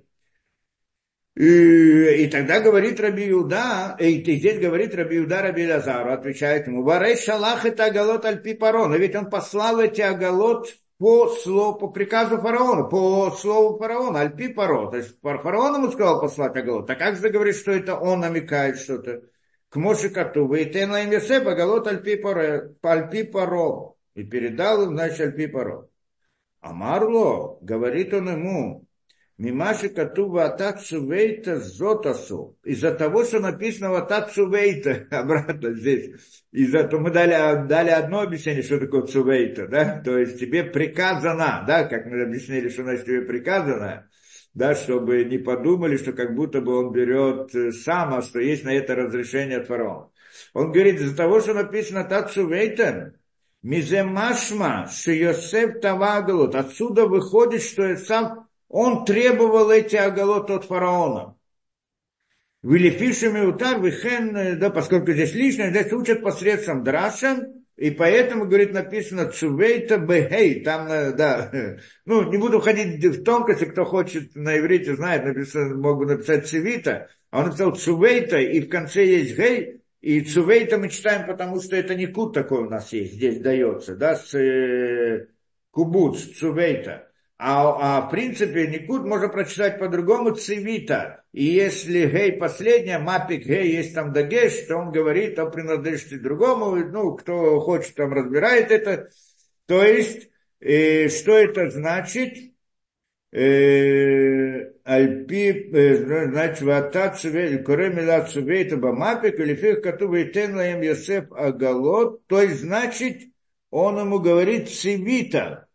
И, и тогда говорит Раби Иуда, и, и здесь говорит Раби Иуда Раби Лазару, отвечает ему, «Варей шалах это агалот аль-пи паро». Но ведь он послал эти агалот по слову, по приказу фараона, по слову фараона, аль-пи паро. То есть фараон ему сказал послать агалот. А как же говорит, что это он намекает что-то? К Моше Катуву, и тен лаим Йосеф агалот аль-пи паро. И передал им, значит, аль-пи паро. Амарло, говорит он ему, Мимаши Катува Атацу Вейта Зотасу. Из-за того, что написано в Атацу Вейта, обратно здесь, из-за того мы дали, дали одно объяснение, что такое Цувейта, да, то есть тебе приказано, да, как мы объяснили, что значит тебе приказано, да, чтобы не подумали, что как будто бы он берет сам, а что есть на это разрешение от фараона. Он говорит, из-за того, что написано Атацу Вейта, Миземашма, Шиосеф Тавагалут, отсюда выходит, что сам он требовал эти агалот от фараона. Вилифишами утар, вихен, да, поскольку здесь лишнее, здесь учат посредством драшан, и поэтому, говорит, написано цувейта бехей, там, да, ну, не буду ходить в тонкости, кто хочет на иврите знает, написано, могу написать цивита, а он написал цувейта, и в конце есть гей, и цувейта мы читаем, потому что это не кут такой у нас есть, здесь дается, да, с э, кубуц, цувейта. А, а в принципе никуд можно прочитать по-другому цивита. И если гей последняя, мапик гей, есть там дагеш, то он говорит, он принадлежит другому. Ну, кто хочет, там разбирает это. То есть, э, что это значит? Э, альпи, э, значит, вата цивей, коремила цивейта бамапик, или фих катувей тен лаем Йосеф агалот. То есть, значит, он ему говорит цивита.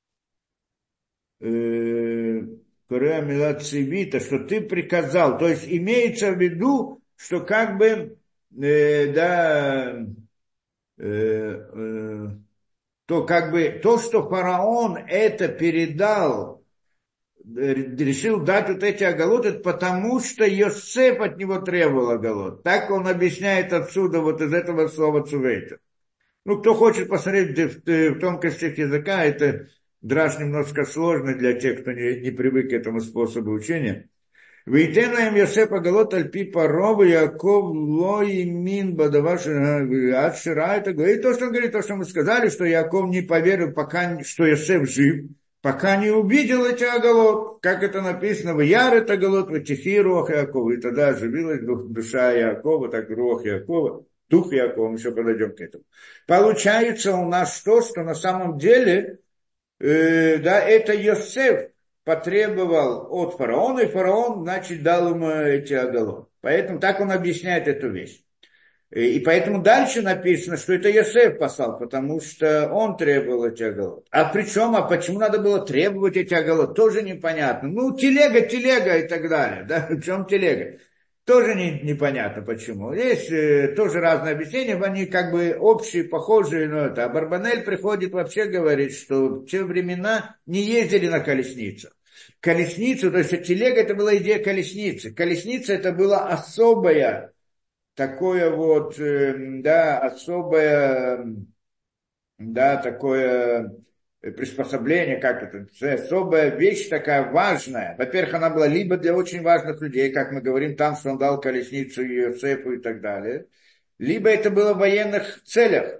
Корея Милацивита, что ты приказал. То есть имеется в виду, что как бы, э, да, э, э, то как бы то, что фараон это передал, э, решил дать вот эти агалот, это потому что Йосеф от него требовал агалот. Так он объясняет отсюда вот из этого слова цувейта. Ну, кто хочет посмотреть в, в, в тонкостях языка, это драш немножко сложный для тех, кто не, не привык к этому способу учения. Вейтенаем Йосеф агалот альпи паро, Яков лой мин бадаваш адшира. Это говорит то, что он говорит, то, что мы сказали, что Яков не поверил, пока, что Йосеф жив, пока не увидел эти агалот, как это написано, в яр это агалот, в тихи руах Якова. И тогда оживилась душа Якова, так руах Якова. Дух Якова, мы еще подойдем к этому. Получается у нас то, что на самом деле, э, да, это Йосеф потребовал от фараона, и фараон, значит, дал ему эти агалот. Поэтому так он объясняет эту вещь. И поэтому дальше написано, что это Йосеф послал, потому что он требовал эти агалот. А причем, а почему надо было требовать эти агалот, тоже непонятно. Ну, телега, телега и так далее. Да? В чем телега? Тоже не, непонятно почему. Есть э, тоже разные объяснения, они как бы общие, похожие, но это. А Барбанель приходит вообще говорит, что в те времена не ездили на колесницах. Колесницу, то есть телега, это была идея колесницы. Колесница это была особая, такое вот, э, да, особое, да, такое приспособление, как это, особая вещь такая важная. Во-первых, она была либо для очень важных людей, как мы говорим там, что он дал колесницу Йосефу и так далее, либо это было в военных целях.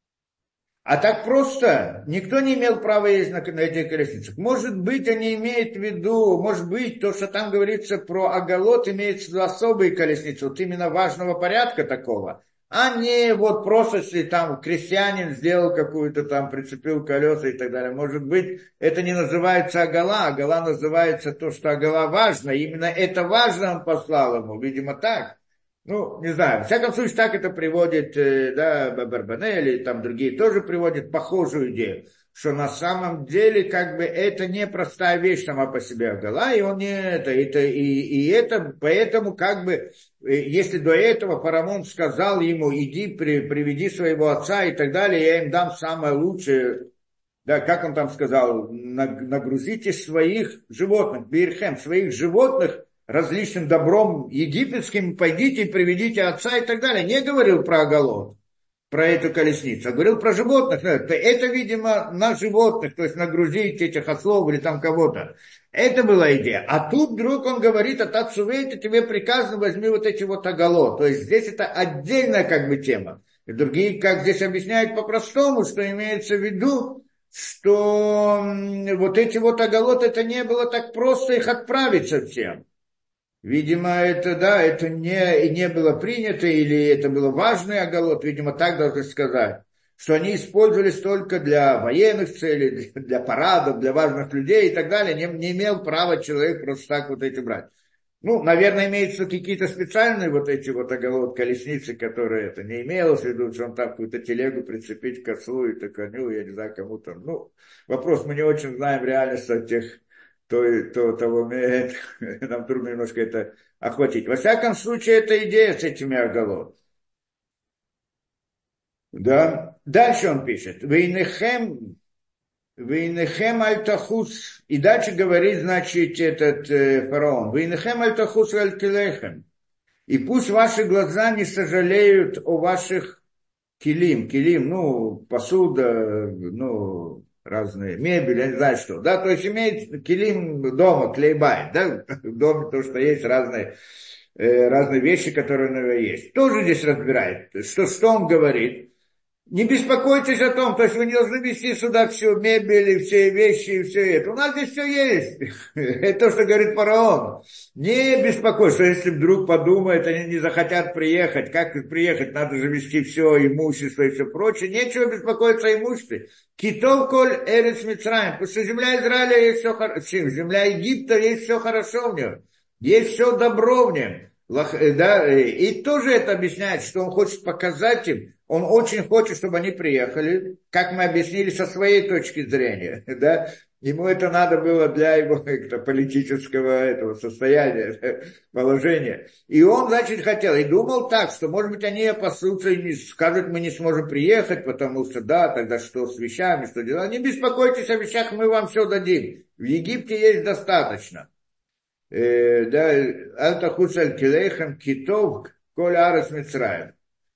А так просто никто не имел права ездить на, на этих колесницах. Может быть, они имеют в виду, может быть, то, что там говорится про агалот, имеется в виду особые колесницы, вот именно важного порядка такого. а не вот просто, если там крестьянин сделал какую-то там, прицепил колеса и так далее. Может быть, это не называется агала, агала называется то, что агала важно, именно это важно он послал ему, видимо, так. Ну, не знаю, в всяком случае, так это приводит, э, да, Барбанель и там другие тоже приводят похожую идею, что на самом деле, как бы, это не простая вещь сама по себе агала, и он не это, это и, и это, поэтому, как бы, э, если до этого фараон сказал ему, иди, при, приведи своего отца и так далее, я им дам самое лучшее, да, как он там сказал, нагрузите своих животных, бирхем, своих животных, различным добром египетским, пойдите и приведите отца и так далее. Не говорил про оголод, про эту колесницу, а говорил про животных. Это, это, видимо, на животных, то есть нагрузить этих ослов или там кого-то. Это была идея. А тут вдруг он говорит, от отцувейта тебе приказано, возьми вот эти вот оголод. То есть здесь это отдельная как бы тема. И другие, как здесь объясняют по-простому, что имеется в виду, что вот эти вот оголод, это не было так просто их отправить совсем. Видимо, это, да, это не, не было принято, или это было важный оголод, видимо, так должны сказать, что они использовались только для военных целей, для парадов, для важных людей и так далее. Не, не имел права человек просто так вот эти брать. Ну, наверное, имеются какие-то специальные вот эти вот оголод, колесницы, которые это не имелось в виду, что он там какую-то телегу прицепить к ослу и к коню, я не знаю, кому-то. Ну, вопрос, мы не очень знаем реальность от тех, то, то, того, нам трудно немножко это охватить. Во всяком случае, это идея с этими оголод. Да. Дальше он пишет. Вейнехем, Вейнехем аль-Тахус. И дальше говорит, значит, этот э, фараон. Вейнехем аль-Тахус аль-Келехем. И пусть ваши глаза не сожалеют о ваших килим. Килим, ну, посуда, ну, разные мебель, я не знаю что. Да, то есть имеет килим дома, клейбай, да, в доме то, что есть разные, э, разные вещи, которые у него есть. Тоже здесь разбирает. Что, что он говорит? Не беспокойтесь о том, то есть вы не должны везти сюда всю мебель и все вещи и все это. У нас здесь все есть. Это то, что говорит фараон. Не беспокойтесь, что если вдруг подумают, они не захотят приехать. Как приехать? Надо же везти все имущество и все прочее. Нечего беспокоиться о имуществе. Китов коль эрец Мицраим. Потому что земля Израиля есть все хорошо. Земля Египта есть все хорошо в нем. Есть все добро в нем. Да, и тоже это объясняет, что он хочет показать им, он очень хочет, чтобы они приехали, как мы объяснили со своей точки зрения, да, ему это надо было для его политического этого состояния, положения. И он, значит, хотел, и думал так, что, может быть, они опасутся и не скажут, мы не сможем приехать, потому что, да, тогда что с вещами, что делать. Не беспокойтесь о вещах, мы вам все дадим. В Египте есть достаточно. Да, Алтахуц аль-Килейхам Китов Коль Арес Мицраем.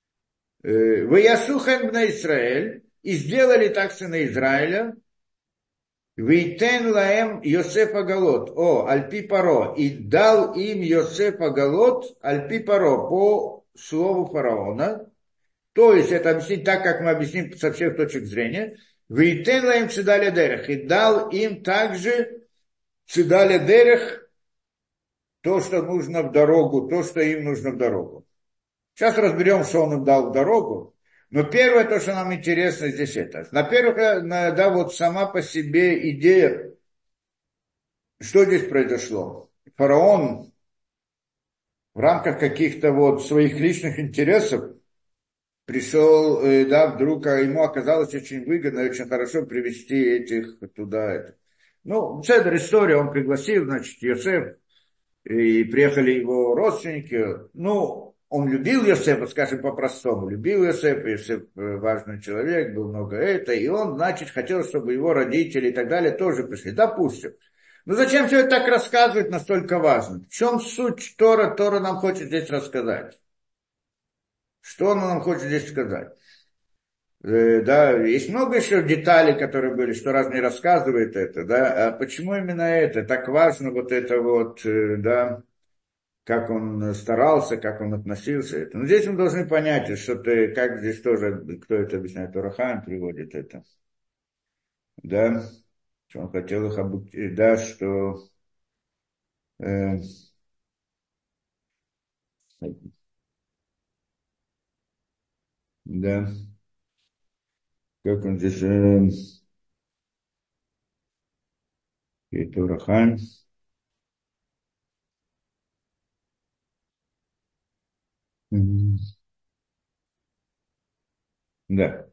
Вы ясухем на Израиль, и сделали так сыны Израиля, Вейтен лаем Йосефа Галот, о, Альпи Паро, и дал им Йосефа Галот, Альпи Паро, по слову фараона. То есть, это объяснить так, как мы объясним со всех точек зрения. Вейтен лаем Цедаля Дерех, и дал им также Цедаля Дерех, то, что нужно в дорогу, то, что им нужно в дорогу. Сейчас разберем, что он им дал в дорогу. Но первое, то, что нам интересно здесь это. Во-первых, да, вот сама по себе идея, что здесь произошло. Фараон в рамках каких-то вот своих личных интересов пришел, да, вдруг а ему оказалось очень выгодно и очень хорошо привести этих туда. Это. Ну, центр истории он пригласил, значит, Йосеф, и приехали его родственники. Ну, он любил Йосефа, скажем по-простому, любил Йосефа, Йосеф важный человек, был много это, и он, значит, хотел, чтобы его родители и так далее тоже пришли. Допустим. Но зачем все это так рассказывать, настолько важно? В чем суть Тора? Тора нам хочет здесь рассказать. Что она нам хочет здесь сказать? Да, есть много еще деталей, которые были, что раз не рассказывает это, да, а почему именно это? Так важно вот это вот, да, как он старался, как он относился. Это. Но здесь мы должны понять, что ты, как здесь тоже, кто это объясняет, Урахан приводит это, да, что он хотел их обучить, да, что э, Да. Как он здесь? Э, Турахайм. Мгм. Да.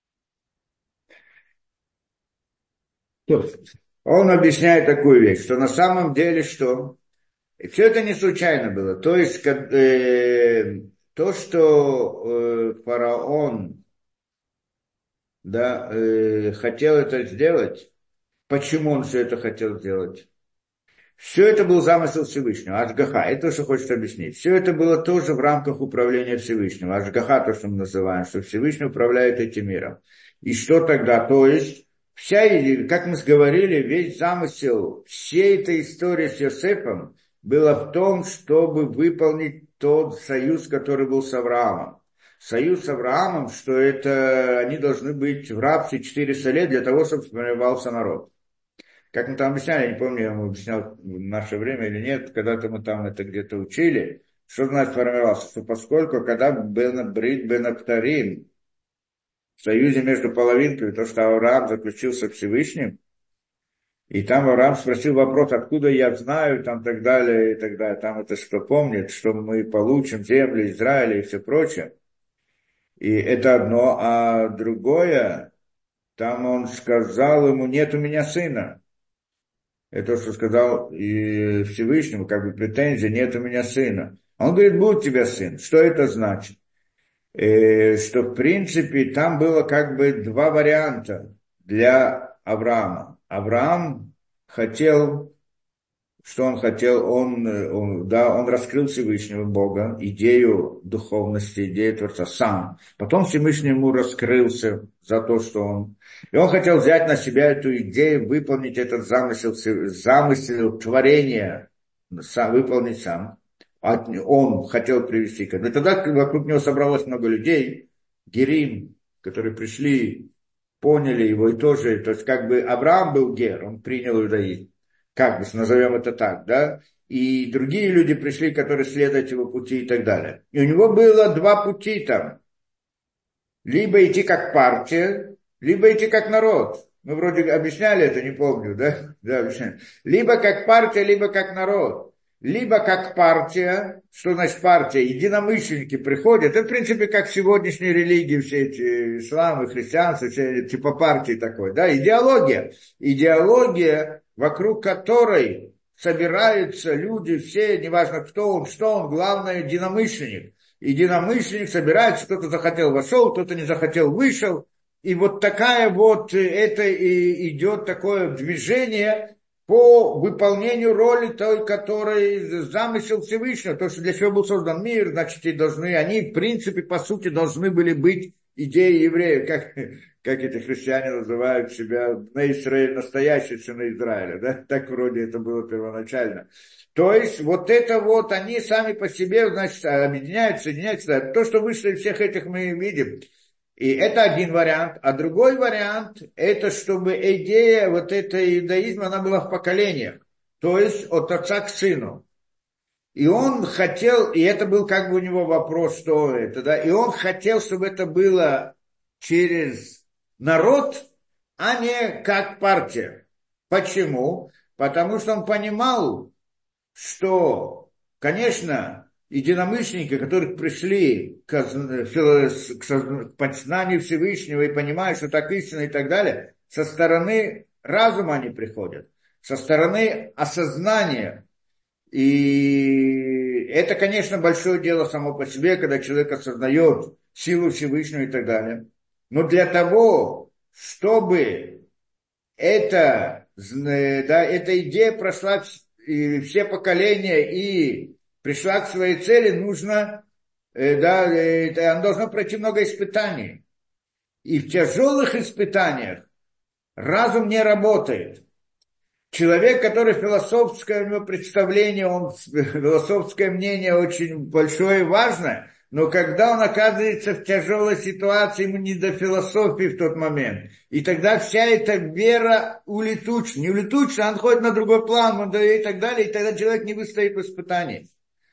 То он объясняет такую вещь, что на самом деле что? И все это не случайно было. То есть, как, э, то, что э, фараон, да, э, хотел это сделать, почему он все это хотел сделать? Все это был замысел Всевышнего, Ашгаха, это то, что хочет объяснить. Все это было тоже в рамках управления Всевышнего. Ашгаха, то, что мы называем, что Всевышний управляет этим миром. И что тогда? То есть, вся, как мы говорили, весь замысел всей этой истории с Йосефом было в том, чтобы выполнить тот союз, который был с Авраамом. Союз с Авраамом, что это они должны быть в рабстве четыреста лет для того, чтобы сформировался народ. Как мы там объясняли, я не помню, я вам объяснял в наше время или нет, когда-то мы там это где-то учили, что значит формировался, что поскольку, когда был Брит бен Аптарим, в союзе между половинками, то, что Авраам заключился Всевышним, и там Авраам спросил вопрос, откуда я знаю, там так далее, и так далее, там это что помнит, что мы получим землю Израиля и все прочее. И это одно, а другое, там он сказал ему, нет у меня сына. Это то, что сказал и Всевышнему, как бы претензий, нет у меня сына. Он говорит, будет у тебя сын. Что это значит? Э, что в принципе там было как бы два варианта для Авраама. Авраам хотел, что он хотел, он, он, да, он раскрыл Всевышнего Бога, идею духовности, идею Творца сам. Потом Всевышний ему раскрылся за то, что он... И он хотел взять на себя эту идею, выполнить этот замысел, замысел творения, сам, выполнить сам. Он хотел привести к этому. И тогда вокруг него собралось много людей, герим, которые пришли, поняли его и тоже, то есть как бы Авраам был гер, он принял иудаизм, как бы назовем это так, да, и другие люди пришли, которые следуют его пути и так далее. И у него было два пути там, либо идти как партия, либо идти как народ. Мы вроде объясняли это, не помню, да? Да, объясняли. Либо как партия, либо как народ. Либо как партия, что значит партия, единомышленники приходят, это в принципе как в сегодняшней религии, все эти ислам и христианство, все типа партии такой, да, идеология. Идеология, вокруг которой собираются люди, все, неважно кто он, что он, главное, единомышленник. Единомышленник собирается, кто-то захотел вошел, кто-то не захотел вышел. И вот такая вот, это и идет такое движение по выполнению роли той, которой замысел Всевышнего, то, что для чего был создан мир, значит, и должны, они, в принципе, по сути, должны были быть идеи евреев, как, как эти христиане называют себя, на Израиль, настоящий сын Израиля, да, так вроде это было первоначально. То есть, вот это вот, они сами по себе, значит, объединяются, соединяются, то, что выше всех этих мы видим. И это один вариант. А другой вариант, это чтобы идея вот этой иудаизма, она была в поколениях. То есть от отца к сыну. И он хотел, и это был как бы у него вопрос, что это, да, и он хотел, чтобы это было через народ, а не как партия. Почему? Потому что он понимал, что, конечно, единомышленники, которые пришли к, к, к познанию Всевышнего и понимают, что так истинно и так далее, со стороны разума они приходят, со стороны осознания. И это, конечно, большое дело само по себе, когда человек осознает силу Всевышнего и так далее. Но для того, чтобы эта, да, эта идея прошла и все поколения и пришла к своей цели, нужно, да, это, она должна пройти много испытаний. И в тяжелых испытаниях разум не работает. Человек, который философское у него представление, он, философское мнение очень большое и важное, но когда он оказывается в тяжелой ситуации, ему не до философии в тот момент. И тогда вся эта вера улетучена. Не улетучена, она ходит на другой план и так далее, и тогда человек не выстоит в испытании.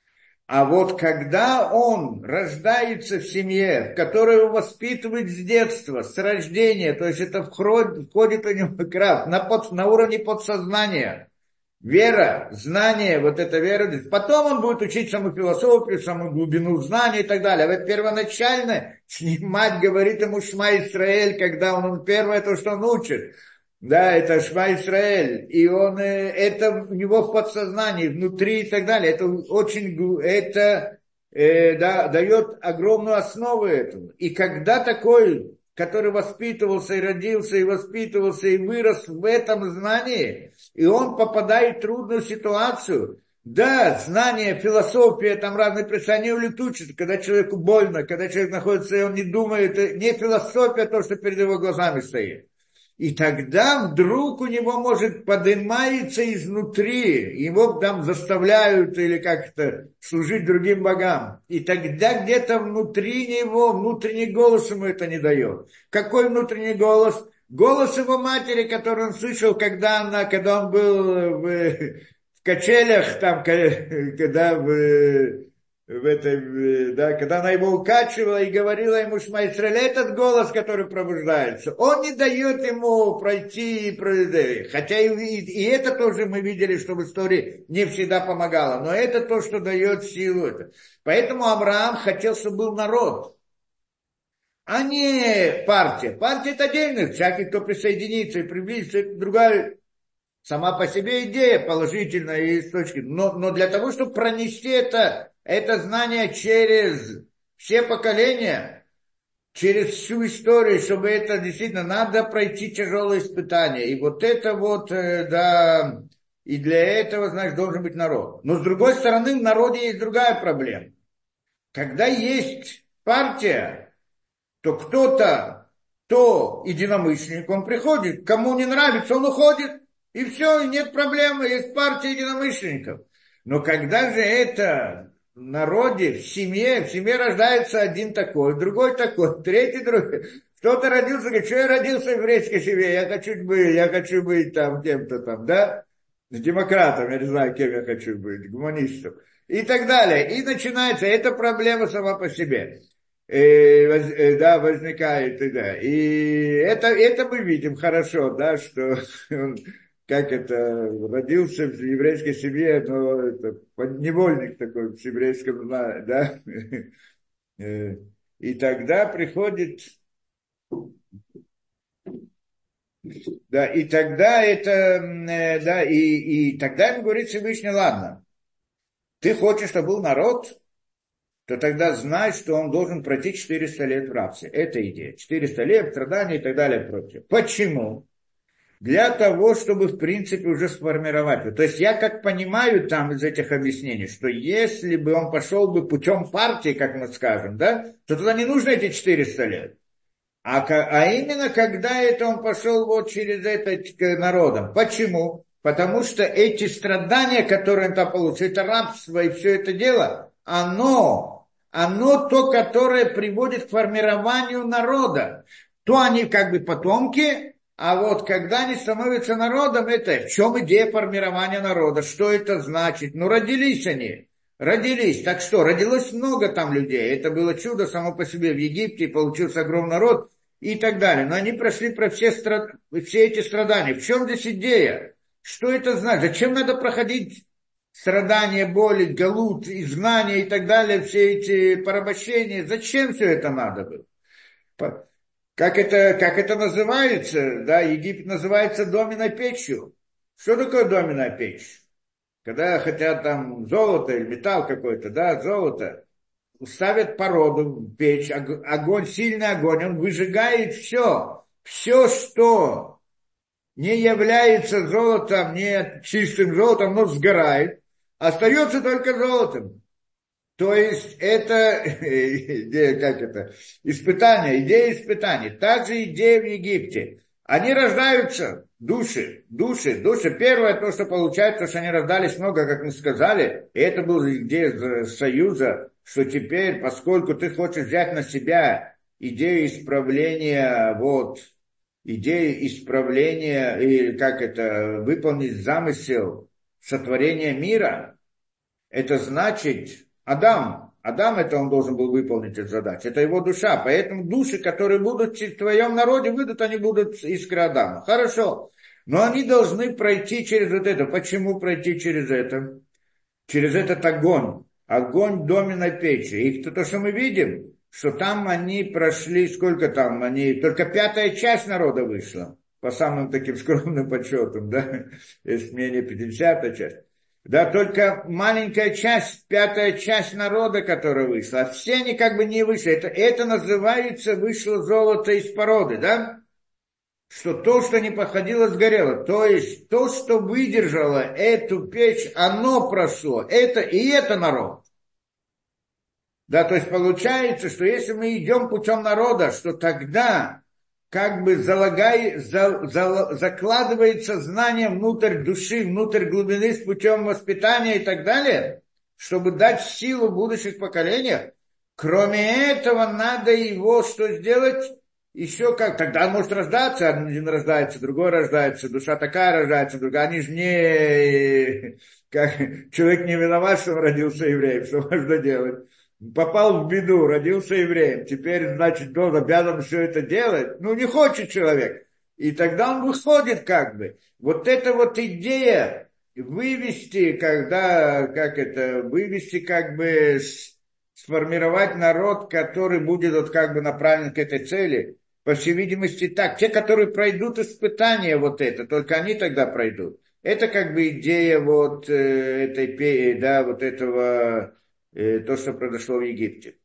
А вот когда он рождается в семье, в которой его воспитывают с детства, с рождения, то есть это входит, входит у него как раз на, под, на уровне подсознания, вера, знание, вот эта вера, потом он будет учить саму философию, саму глубину знаний и так далее. А вот первоначально мать говорит ему Шма Исраэль, когда он, он первое то, что он учит. Да, это Шма Исраэль, и он, это у него в подсознании, внутри и так далее. Это очень, это э, да, дает огромную основу этому. И когда такой, который воспитывался и родился, и воспитывался, и вырос в этом знании, и он попадает в трудную ситуацию, да, знание, философия, там разные представления улетучатся, когда человеку больно, когда человек находится, и он не думает, не философия, то, что перед его глазами стоит. И тогда вдруг у него, может, поднимается изнутри, его там заставляют или как-то служить другим богам. И тогда где-то внутри него, внутренний голос ему это не дает. Какой внутренний голос? Голос его матери, который он слышал, когда, она, когда он был в, в качелях, там, когда в... в этой, да, когда она его укачивала и говорила ему Шма Исраэль, этот голос, который пробуждается, он не дает ему пройти, хотя и, и это тоже мы видели, что в истории не всегда помогало, но это то, что дает силу. Это. Поэтому Авраам хотел, чтобы был народ, а не партия. Партия это отдельно, всякий, кто присоединится и приблизится, это другая сама по себе идея положительная и с точки, но, но для того, чтобы пронести это, это знание через все поколения, через всю историю, чтобы это действительно надо пройти тяжелые испытания. И вот это вот, да, и для этого, значит, должен быть народ. Но с другой стороны, в народе есть другая проблема. Когда есть партия, то кто-то, то единомышленник, он приходит, кому не нравится, он уходит. И все, и нет проблемы, есть партия единомышленников. Но когда же это в народе, в семье, в семье рождается один такой, другой такой, третий другой. Кто-то родился, говорит, что я родился в еврейской семье, я хочу быть, я хочу быть там кем-то там, да? С демократом, я не знаю, кем я хочу быть, гуманистом. И так далее. И начинается, эта проблема сама по себе. И, да, возникает, и да. И это, это мы видим хорошо, да, что как это, родился в еврейской семье, но это подневольник такой в еврейском, да, и тогда приходит, да, и тогда это, да, и, и тогда ему говорит Всевышний, ладно, ты хочешь, чтобы был народ, то тогда знай, что он должен пройти четыреста лет в рабстве. Это идея. четыреста лет, страдания и так далее. Прочее. Почему? Для того, чтобы, в принципе, уже сформировать. То есть я как понимаю там из этих объяснений, что если бы он пошел бы путем партии, как мы скажем, да, то туда не нужно эти четыреста лет. А, а именно, когда это он пошел вот через это к народам. Почему? Потому что эти страдания, которые он там получил, это рабство и все это дело, оно, оно то, которое приводит к формированию народа. То они как бы потомки, а вот когда они становятся народом, это в чем идея формирования народа? Что это значит? Ну, родились они. Родились. Так что, родилось много там людей. Это было чудо само по себе в Египте, получился огромный народ и так далее. Но они прошли про все, страд... все эти страдания. В чем здесь идея? Что это значит? Зачем надо проходить страдания, боли, галут, изгнания и так далее, все эти порабощения? Зачем все это надо было? Как это, как это называется? Да, Египет называется доменной печью. Что такое доменная печь? Когда хотят там золото или металл какой-то, да, золото, ставят породу в печь, огонь, сильный огонь, он выжигает все. Все, что не является золотом, не чистым золотом, но сгорает, остается только золотом. То есть это идея, как это, испытание, идея испытаний. Также идея в Египте. Они рождаются, души, души, души. Первое, то, что получается, что они рождались много, как мы сказали, и это была идея союза, что теперь, поскольку ты хочешь взять на себя идею исправления, вот, идею исправления, или как это, выполнить замысел сотворения мира, это значит, Адам. Адам это он должен был выполнить эту задачу. Это его душа. Поэтому души, которые будут в твоем народе, выйдут, они будут искры Адама. Хорошо. Но они должны пройти через вот это. Почему пройти через это? Через этот огонь. Огонь в доме на печи. И то, то, что мы видим, что там они прошли, сколько там они, только пятая часть народа вышла. По самым таким скромным подсчетам, да, если менее пятидесятая часть. Да, только маленькая часть, пятая часть народа, которая вышла, а все они как бы не вышли. Это, это называется вышло золото из породы, да? Что то, что не походило, сгорело. То есть то, что выдержало эту печь, оно прошло. Это и это народ. Да, то есть получается, что если мы идем путем народа, что тогда как бы залагай, за, за, закладывается знание внутрь души, внутрь глубины с путем воспитания и так далее, чтобы дать силу в будущих поколениях. Кроме этого, надо его что сделать? Еще как? Тогда он может рождаться, один рождается, другой рождается, душа такая рождается, другая. Они же не... Как, человек не виноват, что он родился евреем, что можно делать? Попал в беду, родился евреем, теперь, значит, он обязан все это делать. Ну, не хочет человек. И тогда он выходит как бы. Вот эта вот идея вывести, когда, как это, вывести как бы, сформировать народ, который будет вот как бы направлен к этой цели. По всей видимости так. Те, которые пройдут испытания вот это, только они тогда пройдут. Это как бы идея вот э, этой, да, вот этого... то, что произошло в Египте.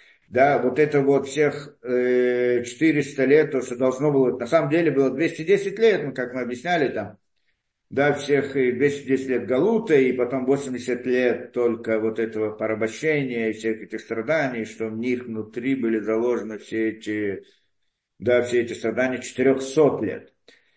Да, вот это вот всех э, четыреста лет, то, что должно было, на самом деле было двести десять лет, ну, как мы объясняли там, да, всех двести десять лет Галута, и потом восемьдесят лет только вот этого порабощения и всех этих страданий, что в них внутри были заложены все эти, да, все эти страдания четыреста лет.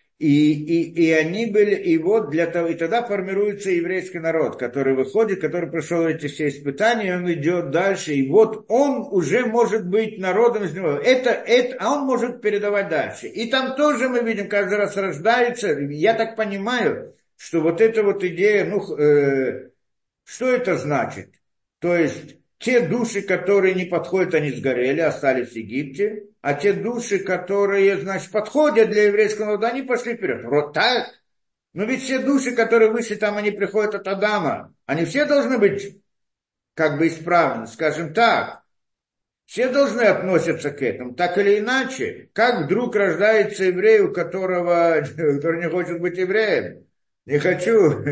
И, и, и они были, и вот для того, и тогда формируется еврейский народ, который выходит, который прошел эти все испытания, он идет дальше, и вот он уже может быть народом из него. Это, это, а он может передавать дальше. И там тоже мы видим, каждый раз рождается, я так понимаю, что вот эта вот идея, ну, э, что это значит? То есть, те души, которые не подходят, они сгорели, остались в Египте. А те души, которые, значит, подходят для еврейского народа, они пошли вперед. Вот так. Но ведь все души, которые вышли там, они приходят от Адама. Они все должны быть как бы исправлены, скажем так. Все должны относиться к этому, так или иначе. Как вдруг рождается еврей, у которого, который не хочет быть евреем? Не хочу,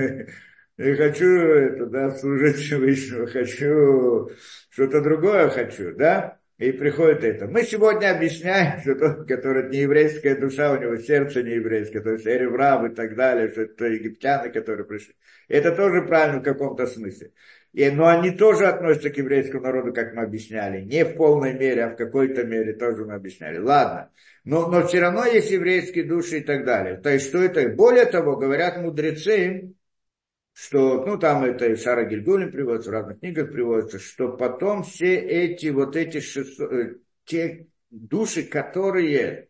не хочу это, да, служить Всевышнему, хочу что-то другое хочу, да? И приходит это. Мы сегодня объясняем, что тот, который не еврейская душа, у него сердце не еврейское, то есть Эреврав и так далее, что это египтяне, которые пришли. Это тоже правильно в каком-то смысле. И, но они тоже относятся к еврейскому народу, как мы объясняли. Не в полной мере, а в какой-то мере тоже мы объясняли. Ладно. Но, но все равно есть еврейские души и так далее. То есть, что это? Более того, говорят мудрецы, что, ну, там это и Шара Гильгулем приводится, в разных книгах приводится, что потом все эти, вот эти шестьсот, те души, которые,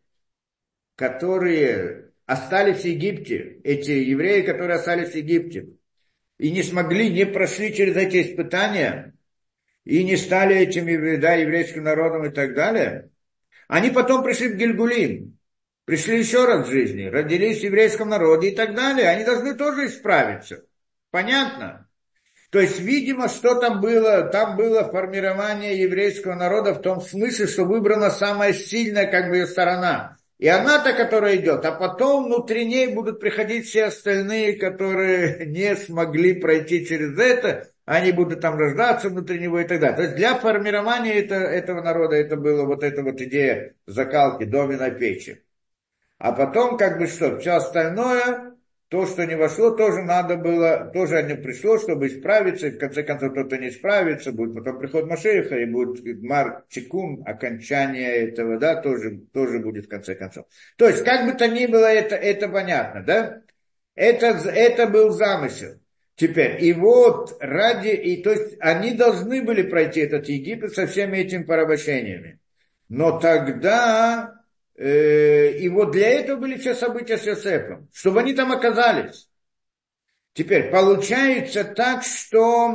которые остались в Египте, эти евреи, которые остались в Египте, и не смогли, не прошли через эти испытания, и не стали этим, да, еврейским народом и так далее, они потом пришли в Гильгулим, пришли еще раз в жизни, родились в еврейском народе и так далее, они должны тоже исправиться. Понятно? То есть, видимо, что там было? Там было формирование еврейского народа в том смысле, что выбрана самая сильная, как бы, ее сторона. И она-то, которая идет, а потом внутри ней будут приходить все остальные, которые не смогли пройти через это, они будут там рождаться внутри него и так далее. То есть, для формирования это, этого народа это была вот эта вот идея закалки, доме на печи. А потом, как бы, что, все остальное... То, что не вошло, тоже надо было, тоже не пришло, чтобы исправиться, и в конце концов кто-то не справится, будет потом приход Машеха, и будет Мар Чикун, окончание этого, да, тоже, тоже будет в конце концов. То есть, как бы то ни было, это, это понятно, да? Это, это был замысел. Теперь, и вот ради, и то есть, они должны были пройти этот Египет со всеми этими порабощениями. Но тогда... И вот для этого были все события с Йосефом, чтобы они там оказались. Теперь получается так, что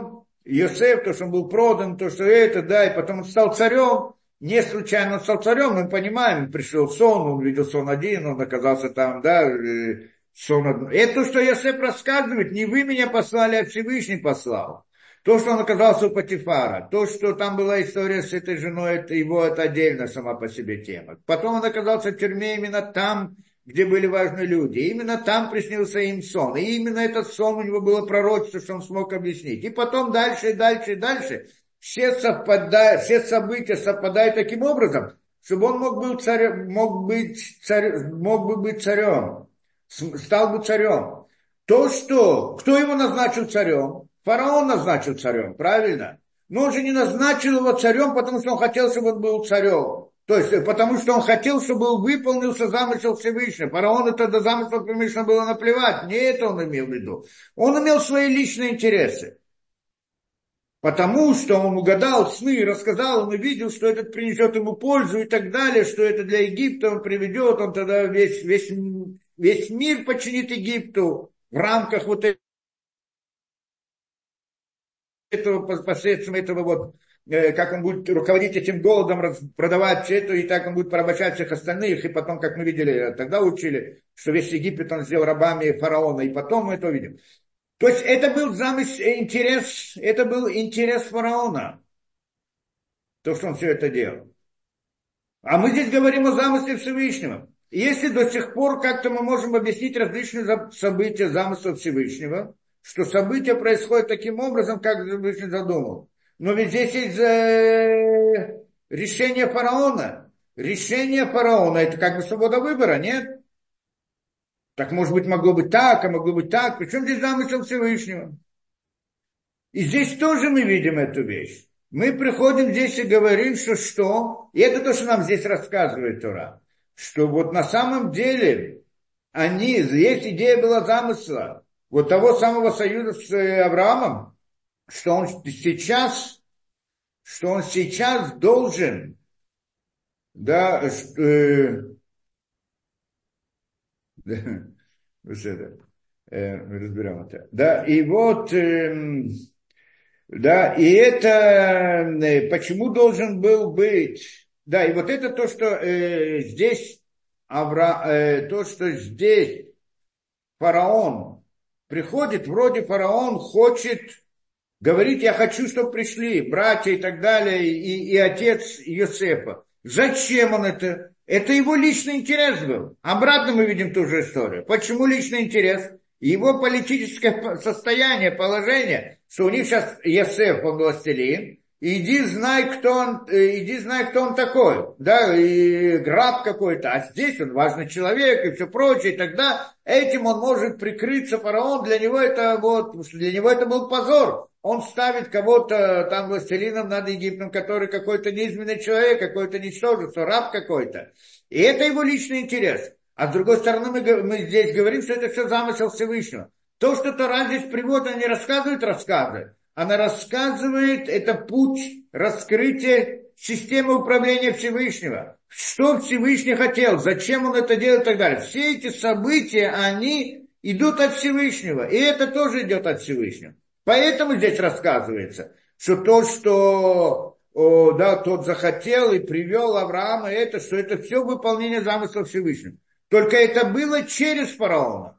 Йосеф, то, что он был продан, то, что это, да, и потом он стал царем. Не случайно он стал царем, мы понимаем, пришел в сон, он видел сон один, он оказался там, да, э, сон один. Это то, что Йосеф рассказывает, не вы меня послали, а Всевышний послал. То, что он оказался у Патифара, то, что там была история с этой женой, это его, это отдельно сама по себе тема. Потом он оказался в тюрьме именно там, где были важные люди. И именно там приснился им сон. И именно этот сон у него было пророчество, что он смог объяснить. И потом дальше, и дальше, и дальше. Все, совпадают, все события совпадают таким образом, чтобы он мог, был царь, мог, быть царь, мог бы быть царем. Стал бы царем. То, что... Кто его назначил царем? Фараон назначил царем, правильно? Но он же не назначил его царем, потому что он хотел, чтобы он был царем. То есть, потому что он хотел, чтобы выполнился замысел Всевышнего. Фараону тогда замысел Всевышнего было наплевать. Не это он имел в виду. Он имел свои личные интересы. Потому что он угадал сны, рассказал, он увидел, что этот принесет ему пользу и так далее, что это для Египта он приведет, он тогда весь, весь, весь мир подчинит Египту в рамках вот этого. этого, посредством этого вот, э, как он будет руководить этим голодом, раз, продавать все это, и так он будет порабощать всех остальных, и потом, как мы видели, тогда учили, что весь Египет он сделал рабами фараона, и потом мы это увидим. То есть это был замысел, интерес, это был интерес фараона, то, что он все это делал. А мы здесь говорим о замысле Всевышнего. Если до сих пор как-то мы можем объяснить различные события замысла Всевышнего, что события происходят таким образом, как Всевышний задумал. Но ведь здесь есть э, решение фараона. Решение фараона – это как бы свобода выбора, нет? Так, может быть, могло быть так, а могло быть так. Причем здесь замысел Всевышнего? И здесь тоже мы видим эту вещь. Мы приходим здесь и говорим, что что? И это то, что нам здесь рассказывает Тора. Что вот на самом деле они, есть идея была замысла вот того самого союза с Авраамом, что он сейчас, что он сейчас должен, да, э, э, мы разберем это. Да, и вот, э, да, и это, э, почему должен был быть, да, и вот это то, что э, здесь, Авра, э, то, что здесь фараон приходит, вроде фараон хочет говорить, я хочу, чтобы пришли братья и так далее, и, и отец Йосефа. Зачем он это? Это его личный интерес был. Обратно мы видим ту же историю. Почему личный интерес? Его политическое состояние, положение, что у них сейчас Йосеф, он властелин, иди знай, кто он, иди знай, кто он такой, да, и раб какой-то, а здесь он важный человек и все прочее, и тогда этим он может прикрыться, фараон, для него это вот, для него это был позор. Он ставит кого-то там властелином над Египтом, который какой-то неизменный человек, какой-то ничтожество, раб какой-то. И это его личный интерес. А с другой стороны, мы, мы здесь говорим, что это все замысел Всевышнего. То, что Тора здесь приводит, она не рассказывает рассказы. Она рассказывает, это путь раскрытия системы управления Всевышнего. Что Всевышний хотел, зачем он это делает и так далее. Все эти события, они идут от Всевышнего. И это тоже идет от Всевышнего. Поэтому здесь рассказывается, что то, что о, да, тот захотел и привел Авраама, это, что это все выполнение замысла Всевышнего. Только это было через фараона.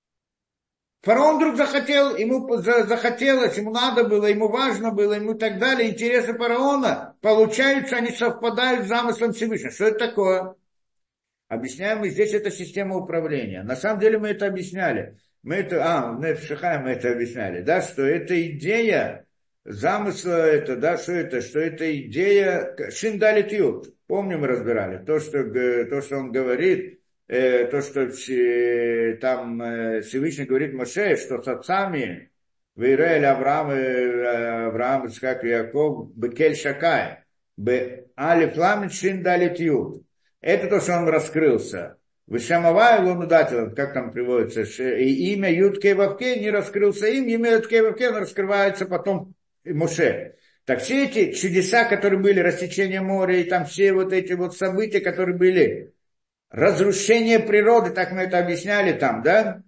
Фараон вдруг захотел, ему захотелось, ему надо было, ему важно было, ему и так далее. Интересы фараона, получаются, они совпадают с замыслом Всевышнего. Что это такое? Объясняем мы здесь, это система управления. На самом деле мы это объясняли. Мы это, а, в Нефшихай мы это объясняли, да, что это идея замысла, это, да, что это, что это идея Шиндалит Ют. Помним, мы разбирали, то, что, то, что он говорит, э, то, что э, там э, Всевышний говорит Моше, что с отцами Вейраэль, Авраам, э, Авраам, Ицхак и Яков, Бекель Шакай, Бе Алиф Ламит Шиндалит Ют. Это то, что он раскрылся. Вышамавай лунудатель, как там приводится, и имя Юд-Кей Вав-Кей не раскрылся им, имя Юд-Кей Вав-Кей, оно раскрывается потом Моше. Так все эти чудеса, которые были, рассечение моря, и там все вот эти вот события, которые были, разрушение природы, так мы это объясняли там, да,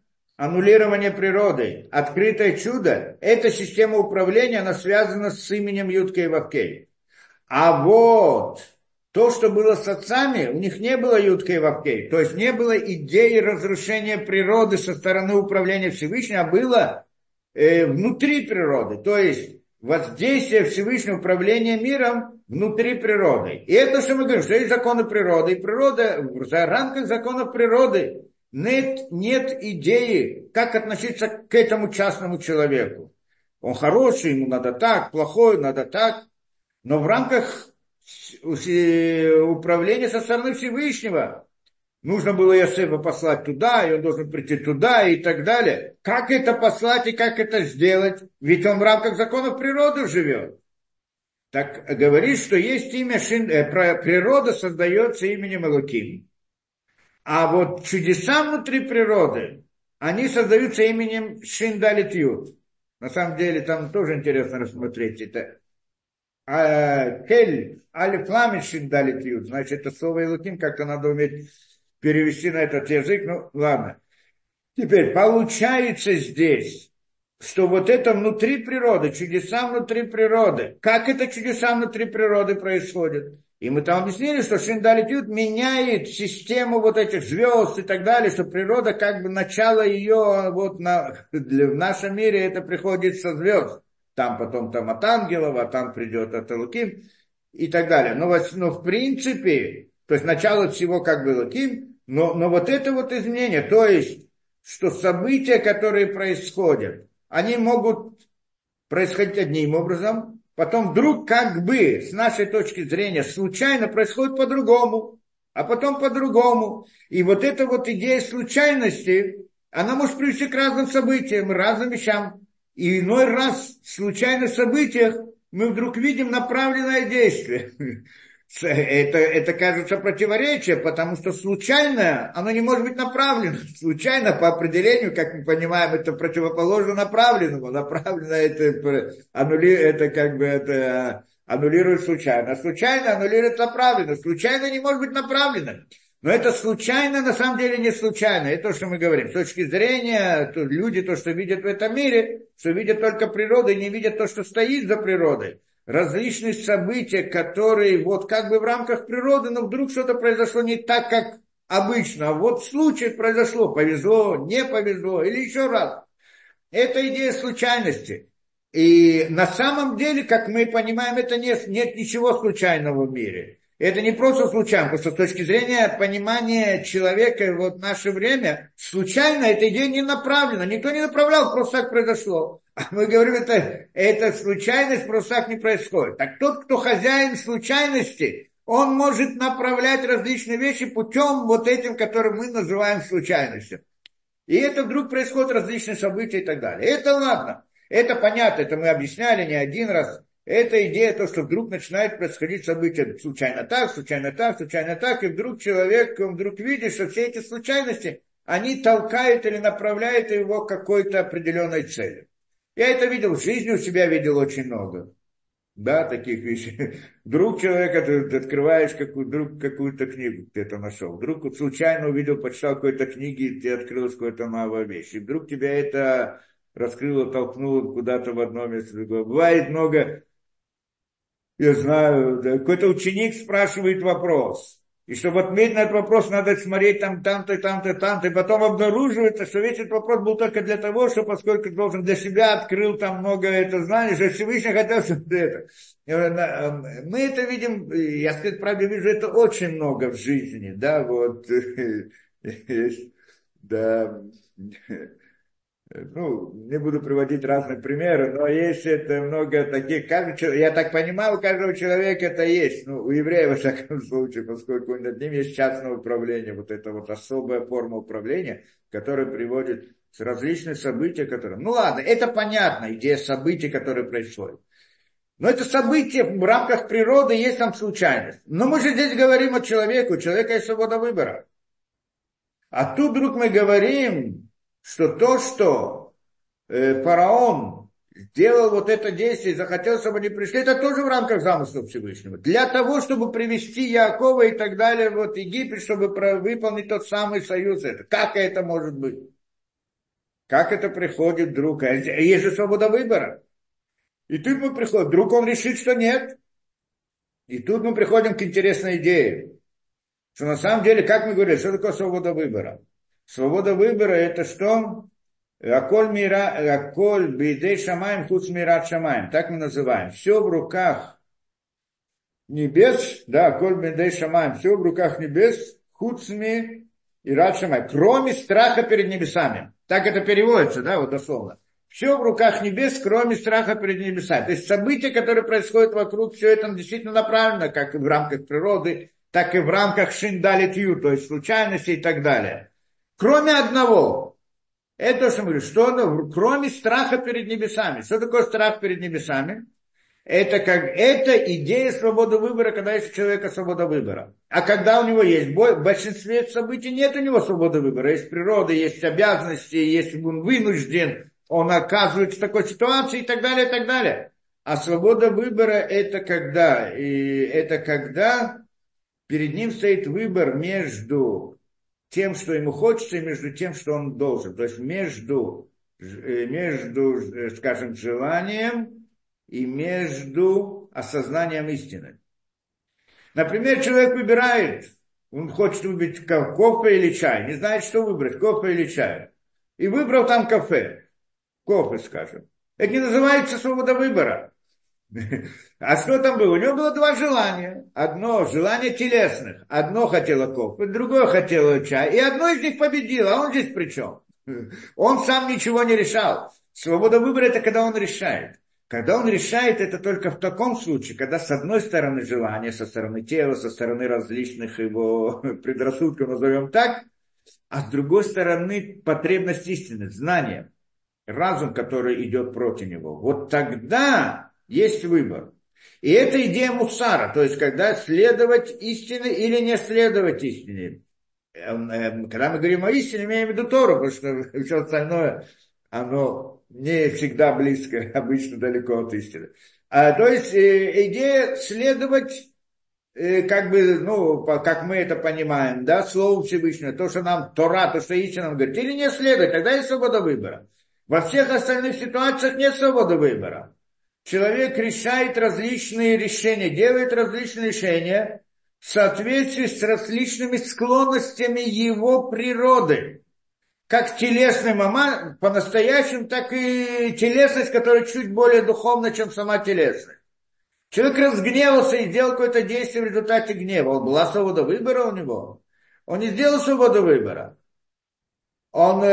аннулирование природы, открытое чудо, эта система управления, она связана с именем Юд-Кей Вав-Кей. А вот то, что было с отцами, у них не было Юд-Кей Вав-Кей, то есть не было идеи разрушения природы со стороны управления Всевышнего, а было э, внутри природы, то есть воздействие Всевышнего управления миром внутри природы. И это, что мы говорим, что есть законы природы, и природа в рамках законов природы нет, нет идеи, как относиться к этому частному человеку. Он хороший, ему надо так, плохой, надо так. Но в рамках управления со стороны Всевышнего нужно было Йосефа послать туда, и он должен прийти туда, и так далее. Как это послать и как это сделать? Ведь он в рамках законов природы живет. Так говорит, что есть имя, природа создается именем Элоким. А вот чудеса внутри природы, они создаются именем Шиндалит Юд. На самом деле, там тоже интересно рассмотреть это. Кель, Алиф Ламид Шиндалит Юд. Значит, это слово Элоким как-то надо уметь перевести на этот язык. Ну, ладно. Теперь, получается здесь, что вот это внутри природы, чудеса внутри природы. Как это чудеса внутри природы происходят? И мы там объяснили, что Шиндалит Юд меняет систему вот этих звезд и так далее, что природа, как бы начало ее вот на, в нашем мире это приходит со звезд. Там потом там от ангелов, а там придет от Элоким и так далее. Но, но в принципе, то есть начало всего как бы Элоким, но, но вот это вот изменение, то есть, что события, которые происходят, они могут происходить одним образом, потом вдруг как бы с нашей точки зрения случайно происходит по-другому, а потом по-другому. И вот эта вот идея случайности, она может привести к разным событиям, разным вещам. И иной раз в случайных событиях мы вдруг видим направленное действие. Это, это кажется противоречие, потому что случайное, оно не может быть направлено. Случайно, по определению, как мы понимаем, это противоположно направленному. Направлено это, аннули, это как бы это аннулирует случайно. А случайно аннулирует направленно. Случайно не может быть направлено. Но это случайно, на самом деле не случайно. Это то, что мы говорим. С точки зрения, то люди, то, что видят в этом мире, что видят только природу и не видят то, что стоит за природой. Различные события, которые вот как бы в рамках природы, но вдруг что-то произошло не так, как обычно. А вот случай произошло, повезло, не повезло, или еще раз. Это идея случайности. И на самом деле, как мы понимаем, это нет, нет ничего случайного в мире. Это не просто случайно, потому что с точки зрения понимания человека вот в наше время, случайно эта идея не направлена. Никто не направлял, просто так произошло. А мы говорим, это, это случайность просто так не происходит. Так тот, кто хозяин случайности, он может направлять различные вещи путем вот этим, который мы называем случайностью. И это вдруг происходят различные события и так далее. Это ладно, это понятно, это мы объясняли не один раз. Это идея, то, что вдруг начинает происходить события случайно так, случайно так, случайно так, и вдруг человек, он вдруг видит, что все эти случайности, они толкают или направляют его к какой-то определенной цели. Я это видел в жизни, у себя видел очень много. Да, таких вещей. Вдруг человек, ты открываешь какую, вдруг какую-то книгу где-то нашел. Вдруг вот случайно увидел, почитал какой-то книги, и тебе открылась какая-то новая вещь. И вдруг тебя это раскрыло, толкнуло куда-то в одно место, в другое. Бывает много... Я знаю, да, какой-то ученик спрашивает вопрос. И чтобы отметить на этот вопрос, надо смотреть там, там-то, там-то, там-то. И потом обнаруживается, что весь этот вопрос был только для того, что, поскольку должен для себя открыл там много это знаний, что Всевышний хотел, чтобы это. Мы это видим, я, сказать правду, вижу это очень много в жизни, да, вот. Да. Ну, не буду приводить разные примеры, но есть это много таких, каждый, я так понимаю, у каждого человека это есть, ну, у еврея, во всяком случае, поскольку над ним есть частное управление, вот это вот особая форма управления, которая приводит к различным событиям, которые, ну ладно, это понятно, идея событий, которые происходят. Но это события в рамках природы, есть там случайность. Но мы же здесь говорим о человеке, у человека есть свобода выбора. А тут вдруг мы говорим, что то, что э, фараон сделал вот это действие и захотел, чтобы они пришли, это тоже в рамках замысла Всевышнего. Для того, чтобы привести Яакова и так далее в вот Египет, чтобы выполнить тот самый союз. Это. Как это может быть? Как это приходит вдруг? Есть же свобода выбора. И тут мы приходим, вдруг он решит, что нет. И тут мы приходим к интересной идее. Что на самом деле, как мы говорили, что такое свобода выбора? Свобода выбора это что? Аколь мира, аколь бидей шамаем, хуц мират шамаем. Так мы называем. Все в руках небес, да, аколь бидей шамаем. Все в руках небес, хуц ми и рад шамаем. Кроме страха перед небесами. Так это переводится, да, вот дословно. Все в руках небес, кроме страха перед небесами. То есть события, которые происходят вокруг, все это действительно направлено, как в рамках природы, так и в рамках шиндалит ю, то есть случайностей и так далее. Кроме одного. Это то, что мы говорим, что оно, кроме страха перед небесами. Что такое страх перед небесами? Это, как, это идея свободы выбора, когда есть у человека свобода выбора. А когда у него есть, в большинстве событий нет у него свободы выбора. Есть природа, есть обязанности, есть он вынужден, он оказывается в такой ситуации и так далее, и так далее. А свобода выбора это когда, и это когда перед ним стоит выбор между тем, что ему хочется, и между тем, что он должен. То есть между, между, скажем, желанием и между осознанием истины. Например, человек выбирает, он хочет выпить кофе или чай, не знает, что выбрать, кофе или чай. И выбрал там кафе, кофе, скажем. Это не называется свобода выбора. А что там было? У него было два желания. Одно желание телесных. Одно хотело кофе, другое хотело чай. И одно из них победило. А он здесь при чем? Он сам ничего не решал. Свобода выбора это когда он решает. Когда он решает, это только в таком случае, когда с одной стороны желание, со стороны тела, со стороны различных его предрассудков, назовем так, а с другой стороны потребность истины, знание, разум, который идет против него. Вот тогда есть выбор. И это идея мусара, то есть когда следовать истине или не следовать истине. Когда мы говорим о истине, имеем в виду Тору, потому что все остальное, оно не всегда близко, обычно далеко от истины. А, то есть идея следовать, как бы, ну, как мы это понимаем, да, Слову Всевышнего, то, что нам Тора, то, что истина нам говорит, или не следовать, тогда есть свобода выбора. Во всех остальных ситуациях нет свободы выбора. Человек решает различные решения, делает различные решения в соответствии с различными склонностями его природы. Как телесным, по-настоящему, так и телесность, которая чуть более духовна, чем сама телесность. Человек разгневался и сделал какое-то действие в результате гнева. Была свобода выбора у него. Он не сделал свободу выбора. Он,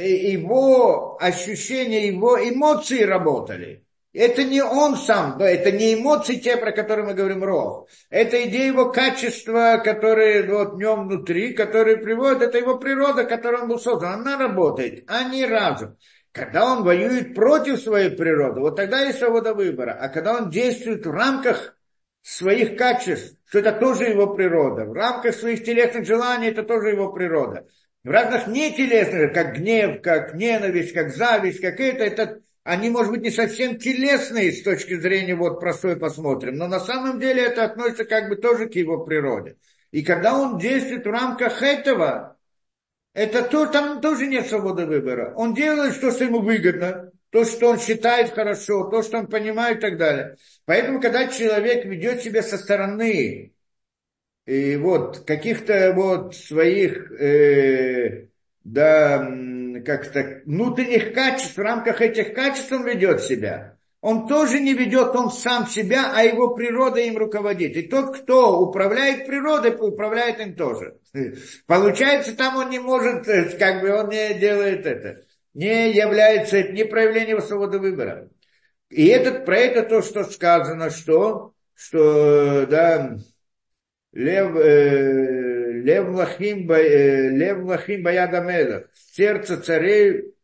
его ощущения, его эмоции работали. Это не он сам, да, это не эмоции те, про которые мы говорим, рох. Это идея его качества, которые вот, в нем внутри, которые приводят, это его природа, которой он был создан. Она работает, а не разум. Когда он воюет против своей природы, вот тогда есть свобода выбора. А когда он действует в рамках своих качеств, что это тоже его природа, в рамках своих телесных желаний, это тоже его природа. В разных нетелесных, как гнев, как ненависть, как зависть, как это, это они, может быть, не совсем телесные с точки зрения вот простой посмотрим, но на самом деле это относится как бы тоже к его природе. И когда он действует в рамках этого, это то, там тоже нет свободы выбора. Он делает то, что ему выгодно, то, что он считает хорошо, то, что он понимает и так далее. Поэтому, когда человек ведет себя со стороны и вот каких-то вот своих, э, да, как-то внутренних качеств, в рамках этих качеств он ведет себя. Он тоже не ведет он сам себя, а его природа им руководит. И тот, кто управляет природой, управляет им тоже. Получается, там он не может, как бы он не делает это. Не является, это не проявление его свободы выбора. И этот, про это то, что сказано, что, что, да, Лев, э, лев лахим, э, лев лахим баяда мелех. Сердце царей,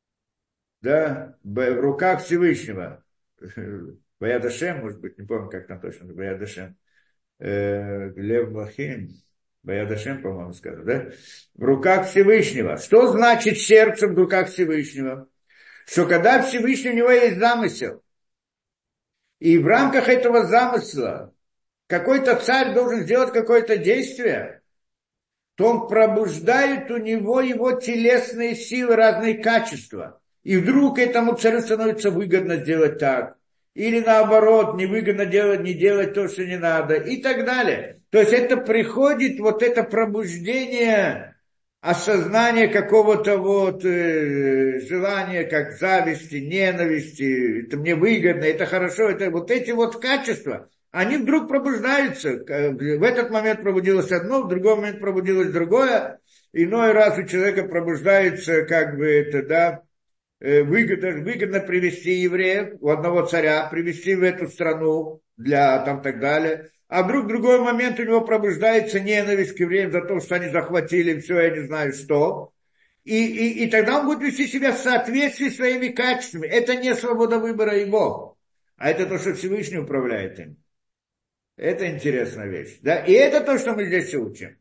да, в руках Всевышнего. Баяда Шем, может быть, не помню, как там точно, Баяда Шем. Э, лев лахим, Баяда Шем, по-моему, сказал, да? В руках Всевышнего. Что значит сердце в руках Всевышнего? Что когда Всевышний у него есть замысел, и в рамках этого замысла какой-то царь должен сделать какое-то действие, то он пробуждает у него его телесные силы, разные качества. И вдруг этому царю становится выгодно сделать так. Или наоборот, невыгодно делать, не делать то, что не надо. И так далее. То есть это приходит, вот это пробуждение, осознание какого-то вот э, желания, как зависти, ненависти. Это мне выгодно, это хорошо. Это вот эти вот качества, они вдруг пробуждаются. В этот момент пробудилось одно, в другой момент пробудилось другое. Иной раз у человека пробуждается, как бы это, да, выгодно, выгодно привести евреев, у одного царя, привести в эту страну для там так далее. А вдруг в другой момент у него пробуждается ненависть к евреям за то, что они захватили все, я не знаю что. И, и, и тогда он будет вести себя в соответствии с своими качествами. Это не свобода выбора его, а это то, что Всевышний управляет им. Это интересная вещь. Да? И это то, что мы здесь учим.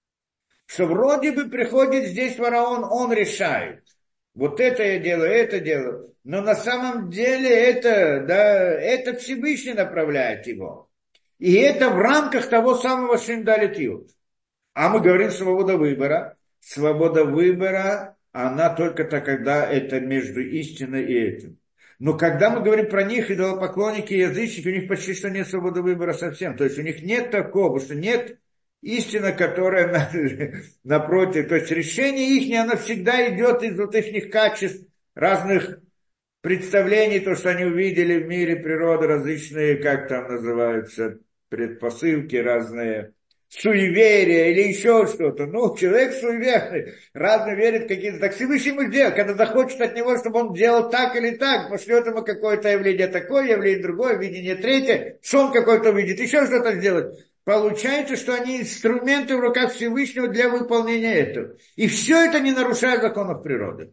Что вроде бы приходит здесь фараон, он решает. Вот это я делаю, это делаю. Но на самом деле это, да, это Всевышний направляет его. И это в рамках того самого, что им дали Тиут. А мы говорим свобода выбора. Свобода выбора, она только-то, когда это между истиной и этим. Но когда мы говорим про них, идолопоклонники и язычники, у них почти что нет свободы выбора совсем. То есть у них нет такого, что нет истина, которая напротив. То есть решение их, оно всегда идет из вот их качеств, разных представлений, то, что они увидели в мире природы, различные, как там называются, предпосылки, разные суеверия или еще что-то. Ну, человек суеверный, разно верит в какие-то... Так Всевышний ему сделал, когда захочет от него, чтобы он делал так или так, пошлет ему какое-то явление такое, явление другое, видение третье, сон какой-то увидит, еще что-то сделать. Получается, что они инструменты в руках Всевышнего для выполнения этого. И все это не нарушает законов природы.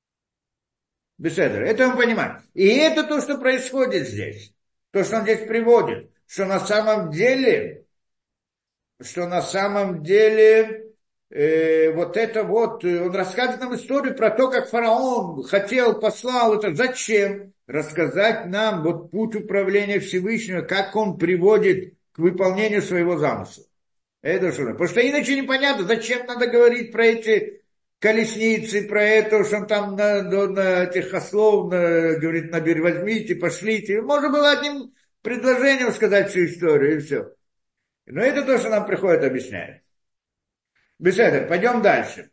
Беседер, это мы понимаем. И это то, что происходит здесь. То, что он здесь приводит. Что на самом деле, что на самом деле, э, вот это вот, он рассказывает нам историю про то, как фараон хотел, послал это. Зачем? Рассказать нам вот путь управления Всевышнего, как он приводит к выполнению своего замысла. Это что? Потому что иначе непонятно, зачем надо говорить про эти колесницы, про это, что он там на, на, на этих ослов на, говорит, набери, возьмите, пошлите. Можно было одним предложением сказать всю историю, и все. Но это то, что нам приходит объяснять. Беседер, пойдем дальше.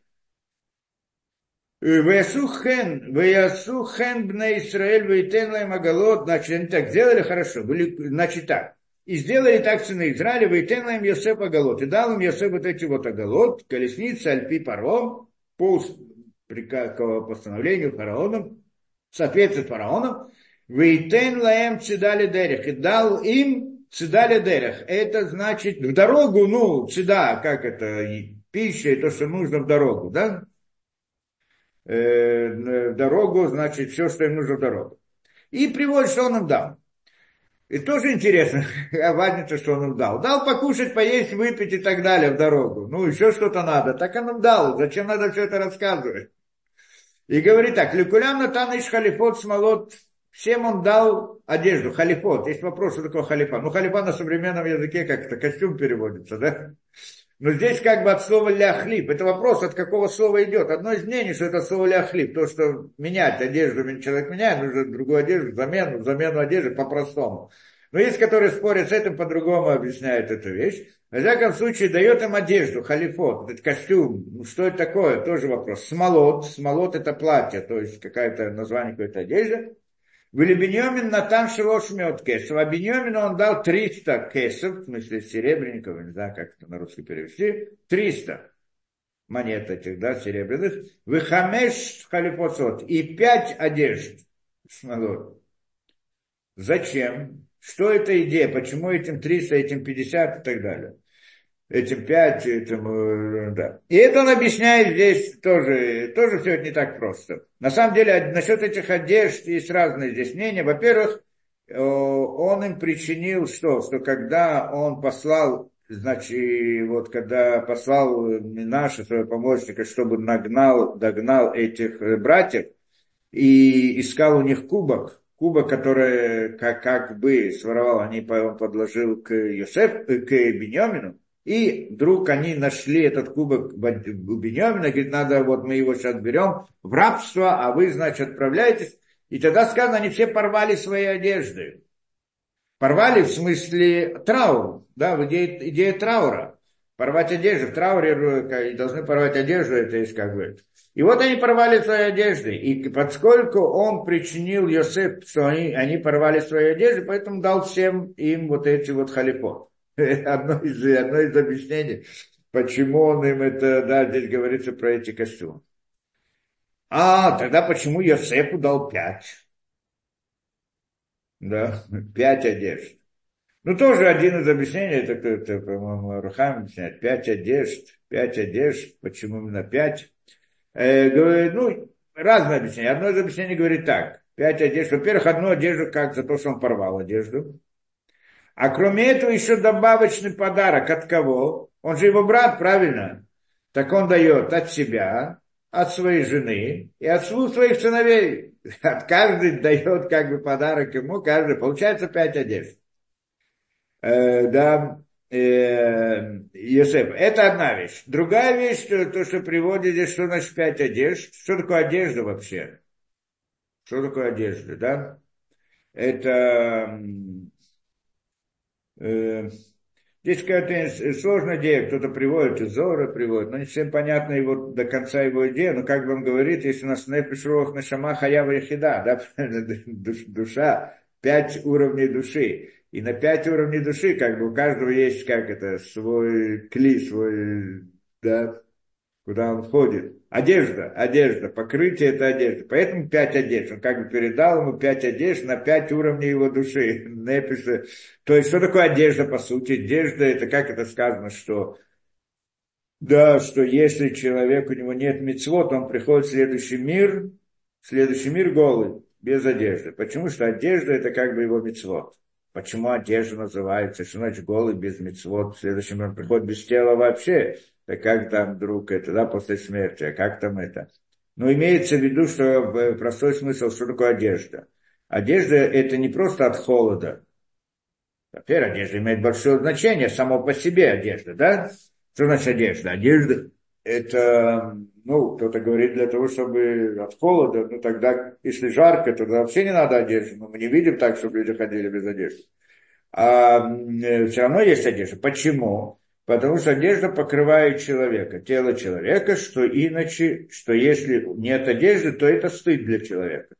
Ваясухен, Ваясухен бне Исраэль, Ваитен лаим агалот. Значит, они так сделали, хорошо. Были, значит так. И сделали так сыны Израиля, Ваитен лаим Йосеф агалот. И дал им Йосеф вот эти вот агалот, колесницы, альпи паром, по постановлению фараоном, соответствует фараоном, Вейтен лаэм цидали дерех, и дал им цидали дерех. Это значит в дорогу, ну, цида, как это, пища и то, что нужно в дорогу, да? Э, в дорогу, значит, все, что им нужно в дорогу. И приводит, что он им дал. И тоже интересно, важно, что он им дал. Дал покушать, поесть, выпить и так далее в дорогу. Ну, еще что-то надо. Так он им дал. Зачем надо все это рассказывать? И говорит так, Лекулям натан иш халифот смолот. Всем он дал одежду, халифот. Есть вопрос, что такое халифа. Ну, халифа на современном языке как-то костюм переводится, да? Но здесь как бы от слова ляхлип. Это вопрос, от какого слова идет. Одно из мнений, что это слово ляхлип. То, что менять одежду, человек меняет, нужно другую одежду, замену, замену одежды по-простому. Но есть, которые спорят с этим, по-другому объясняют эту вещь. В всяком случае, дает им одежду, халифот, этот костюм. Ну, что это такое? Тоже вопрос. Смолот. Смолот это платье, то есть какое-то название какой-то одежды. Вели Биньомин натан шелош меот кесов. А Биньомину он дал триста кесов, в смысле серебряников, не знаю, как это на русский перевести, триста монет этих, да, серебряных. Вихамеш халифоцот. И пять одежд. Смолот. Зачем? Что это идея? Почему этим триста, этим пятьдесят и так далее? Этим пять, этим, да. И это он объясняет здесь тоже, тоже все это не так просто. На самом деле, насчет этих одежд есть разные здесь мнения. Во-первых, он им причинил что? Что когда он послал, значит, вот когда послал Минаша, своего помощника, чтобы нагнал, догнал этих братьев и искал у них кубок, кубок, который как, как бы своровал, они, он подложил к Йосефу, к Биньямину. И вдруг они нашли этот кубок у Биньямина, говорит, надо, вот мы его сейчас берем в рабство, а вы, значит, отправляетесь. И тогда сказано, они все порвали свои одежды. Порвали в смысле траур, да, в идее, идее траура. Порвать одежду, в трауре должны порвать одежду, это есть как бы. И вот они порвали свои одежды. И поскольку он причинил Йосеф, что они, они порвали свои одежды, поэтому дал всем им вот эти вот халипот. Одно из, одно из объяснений, почему он им это, да, здесь говорится про эти костюмы. А, тогда почему Йосефу дал пять? Да, пять одежд. Ну, тоже один из объяснений, это, это по-моему, Рухам объясняет, пять одежд, пять одежд, почему именно пять? Э, говорит, ну, разные объяснения. Одно из объяснений говорит так, пять одежд. Во-первых, одну одежду как за то, что он порвал одежду. А кроме этого еще добавочный подарок от кого? Он же его брат, правильно? Так он дает от себя, от своей жены и от своих сыновей. От каждый дает как бы подарок ему, каждый. Получается пять одежд. Э, да, э, Йосеф. Это одна вещь. Другая вещь, то, то, что приводит здесь, что значит пять одежд. Что такое одежда вообще? Что такое одежда, да? Это... Э, Здесь какая-то сложная идея, кто-то приводит, из Зора приводит, но не всем понятна его, до конца его идея, но как бы он говорит, если у нас нефеш руах нешама хаява яхида, да, душа, пять уровней души, и на пять уровней души, как бы у каждого есть, как это, свой кли, свой, да, куда он входит. Одежда, одежда, покрытие это одежда. Поэтому пять одежд. Он как бы передал ему пять одежд на пять уровней его души. Неписа. То есть, что такое одежда, по сути? Одежда, это как это сказано, что да, что если человек, у него нет мицвот, он приходит в следующий мир, в следующий мир голый, без одежды. Почему? Что одежда это как бы его мицвот. Почему одежда называется, что значит голый без мицвот, в следующем мир он приходит без тела вообще. Да как там вдруг это, да, после смерти, а как там это? Но имеется в виду, что простой смысл, что такое одежда. Одежда это не просто от холода. Во-первых, одежда имеет большое значение, само по себе одежда, да? Что значит одежда? Одежда это, ну, кто-то говорит для того, чтобы от холода, ну тогда, если жарко, тогда вообще не надо одежды. Но мы не видим так, чтобы люди ходили без одежды. А э, все равно есть одежда. Почему? Потому что одежда покрывает человека, тело человека, что иначе, что если нет одежды, то это стыд для человека.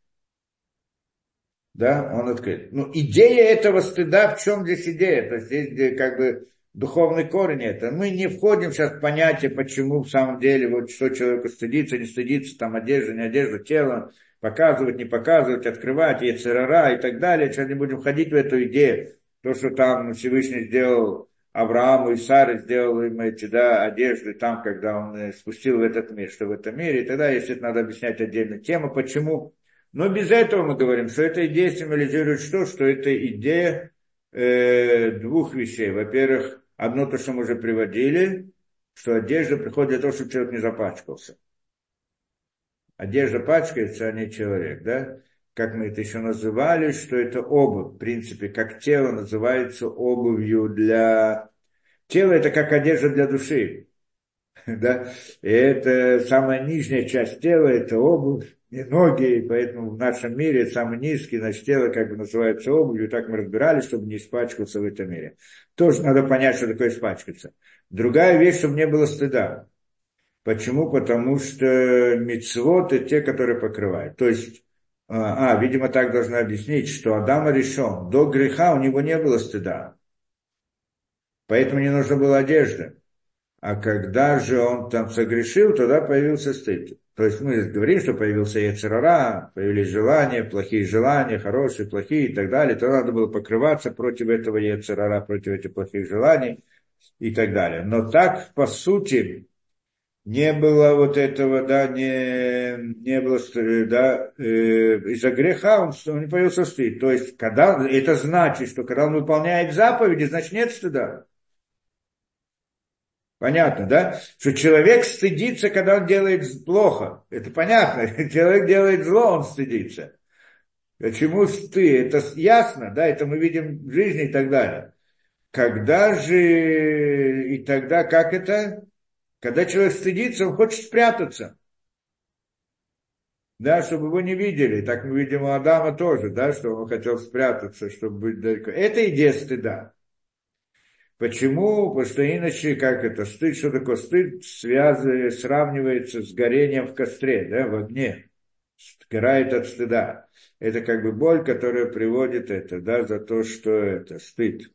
Да, он открыт. Ну, идея этого стыда, в чем здесь идея? То есть здесь как бы духовный корень это. Мы не входим сейчас в понятие, почему в самом деле, вот что человеку стыдится, не стыдится, там одежда, не одежда, тело, показывать, не показывать, открывать, ецерара и так далее. Сейчас не будем входить в эту идею. То, что там Всевышний сделал Аврааму и Саре, сделал им эти, да, одежды там, когда он спустил в этот мир, что в этом мире. И тогда, если это надо объяснять отдельную тему, почему. Но без этого мы говорим, что эта идея символизирует что? Что это идея э, двух вещей. Во-первых, одно то, что мы уже приводили, что одежда приходит для того, чтобы человек не запачкался. Одежда пачкается, а не человек, да? Как мы это еще называли, что это обувь, в принципе, как тело называется обувью для... Тело это как одежда для души, да? И это самая нижняя часть тела, это обувь, и ноги, и поэтому в нашем мире самый низкий, значит, тело как бы называется обувью, и так мы разбирали, чтобы не испачкаться в этом мире. Тоже надо понять, что такое испачкаться. Другая вещь, чтобы не было стыда. Почему? Потому что мицвот это те, которые покрывают. То есть, а, видимо, так должны объяснить, что Адам решен. До греха у него не было стыда. Поэтому не нужна была одежда. А когда же он там согрешил, тогда появился стыд. То есть мы говорим, что появился ецер-ара, появились желания, плохие желания, хорошие, плохие и так далее. То надо было покрываться против этого ецер-ара, против этих плохих желаний и так далее. Но так, по сути, не было вот этого, да, не, не было, да, э, из-за греха он, он не появился стыд. То есть, когда, это значит, что когда он выполняет заповеди, значит нет стыда. Понятно, да? Что человек стыдится, когда он делает плохо. Это понятно. Человек делает зло, он стыдится. Почему стыд? Это ясно, да? Это мы видим в жизни и так далее. когда же, и тогда как это? Когда человек стыдится, он хочет спрятаться. Да, чтобы его не видели. Так мы видим у Адама тоже, да, что он хотел спрятаться, чтобы быть далеко. Это идея стыда. Почему? Потому что иначе, как это, стыд, что такое стыд, связывает, сравнивается с горением в костре, да, в огне. Сгорает от стыда. Это как бы боль, которая приводит это, да, за то, что это стыд.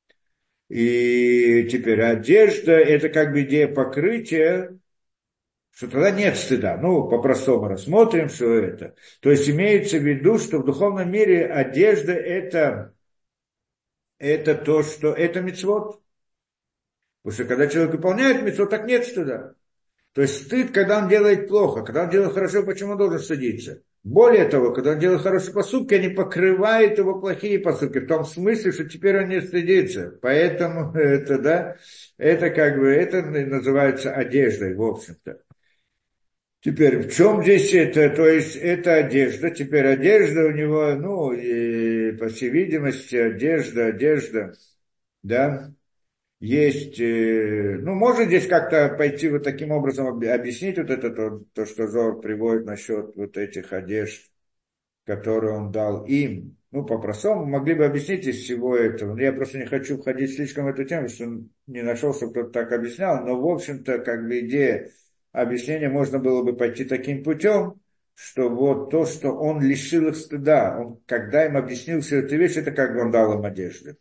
И теперь одежда, это как бы идея покрытия, что тогда нет стыда. Ну, по-простому рассмотрим все это. То есть имеется в виду, что в духовном мире одежда это, это то, что это мицвот. Потому что когда человек выполняет мицвот, так нет стыда. То есть стыд, когда он делает плохо, когда он делает хорошо, почему он должен стыдиться? Более того, когда он делает хорошие поступки, они покрывают его плохие поступки, в том смысле, что теперь он не стыдится. Поэтому это, да, это как бы, это называется одеждой, в общем-то. Теперь, в чем здесь это, то есть, это одежда, теперь одежда у него, ну, и, по всей видимости, одежда, одежда, да, есть, э, ну, можно здесь как-то пойти вот таким образом объяснить вот это, то, то что Зор приводит насчет вот этих одежд, которые он дал им. Ну, по-простому, могли бы объяснить из всего этого. Но я просто не хочу входить слишком в эту тему, что не нашел, чтобы кто-то так объяснял. Но, в общем-то, как бы идея объяснения можно было бы пойти таким путем, что вот то, что он лишил их стыда, он, когда им объяснил всю эту вещь, это как бы он дал им одежды.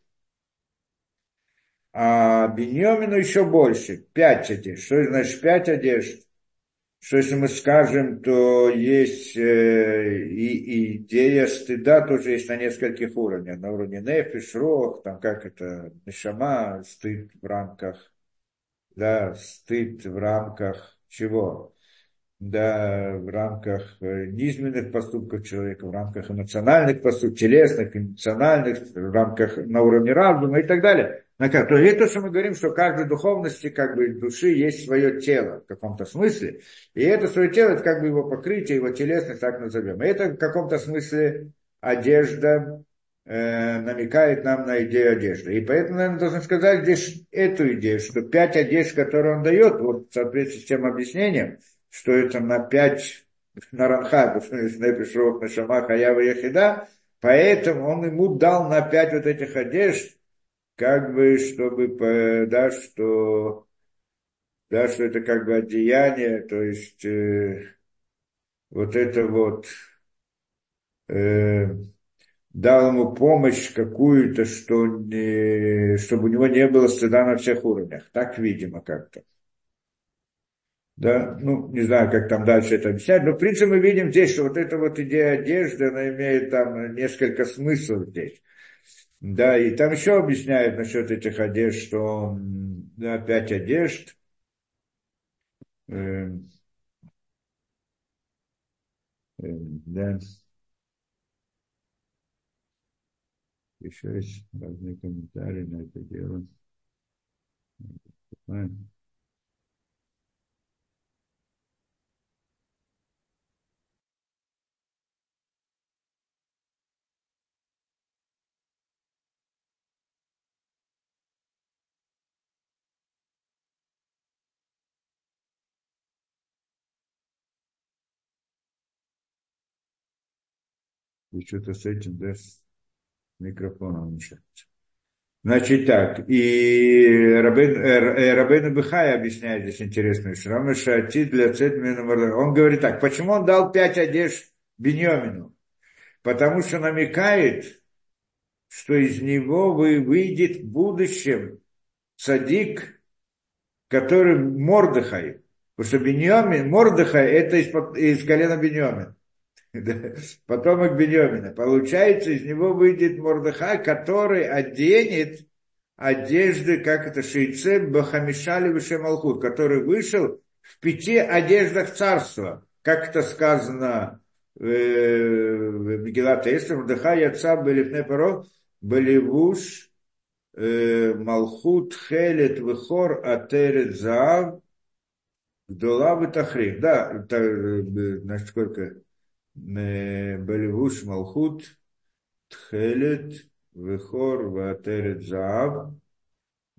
А Биньомину еще больше, пять одежд. Что значит пять одежд? Что если мы скажем, то есть э, и, и идея стыда тоже есть на нескольких уровнях. На уровне нефиш, рох, там как это, нешама, стыд в рамках, да, стыд в рамках чего? Да, в рамках э, низменных поступков человека, в рамках эмоциональных поступков, телесных, эмоциональных, в рамках на уровне разума и так далее. На как- То есть это то, что мы говорим, что в каждой духовности, как бы, души есть свое тело в каком-то смысле. И это свое тело, это как бы его покрытие, его телесность, так назовем. И это в каком-то смысле одежда э, намекает нам на идею одежды. И поэтому, наверное, должен сказать здесь эту идею, что пять одежд, которые он дает, вот в соответствии с тем объяснением, что это на пять, на ранха, Нефеш, Руах, Нешама, Хаява, Яхида, поэтому он ему дал на пять вот этих одежд, как бы, чтобы, да, что, да, что это как бы одеяние, то есть, э, вот это вот, э, дал ему помощь какую-то, что не, чтобы у него не было стыда на всех уровнях. Так, видимо, как-то. Да, ну, не знаю, как там дальше это объяснять, но, в принципе, мы видим здесь, что вот эта вот идея одежды, она имеет там несколько смыслов здесь. Да, и там еще объясняют насчет этих одежд, что, да, пять одежд, э, э, да, еще есть разные комментарии на это дело. И что-то с этим, да, с микрофоном ничего. Значит так, и Рабейн, э, Рабейну Бехай объясняет здесь интересную вещь. Рама Шати для Цедмина Мордана. Он говорит так, почему он дал пять одежд Биньомину? Потому что намекает, что из него вы выйдет в будущем цадик, который Мордыхай. Потому что Биньомин, Мордыхай это из, из колена Биньомина. Потомок Беньямина. Получается, из него выйдет Мордыхай, который оденет одежды, как это, Шейце Бахамишали Выше Малхут, который вышел в пяти одеждах царства. Как это сказано э, в Мегилат Эстер, Мордыхай Яца Белифне Паро, Беливуш э, Малхут Хелет Вихор Атерет Заав Гдола Тахрих. Да, это, э, значит, сколько? Беливуш Малхут, Тхелет, Вехор, Ватерет Заав.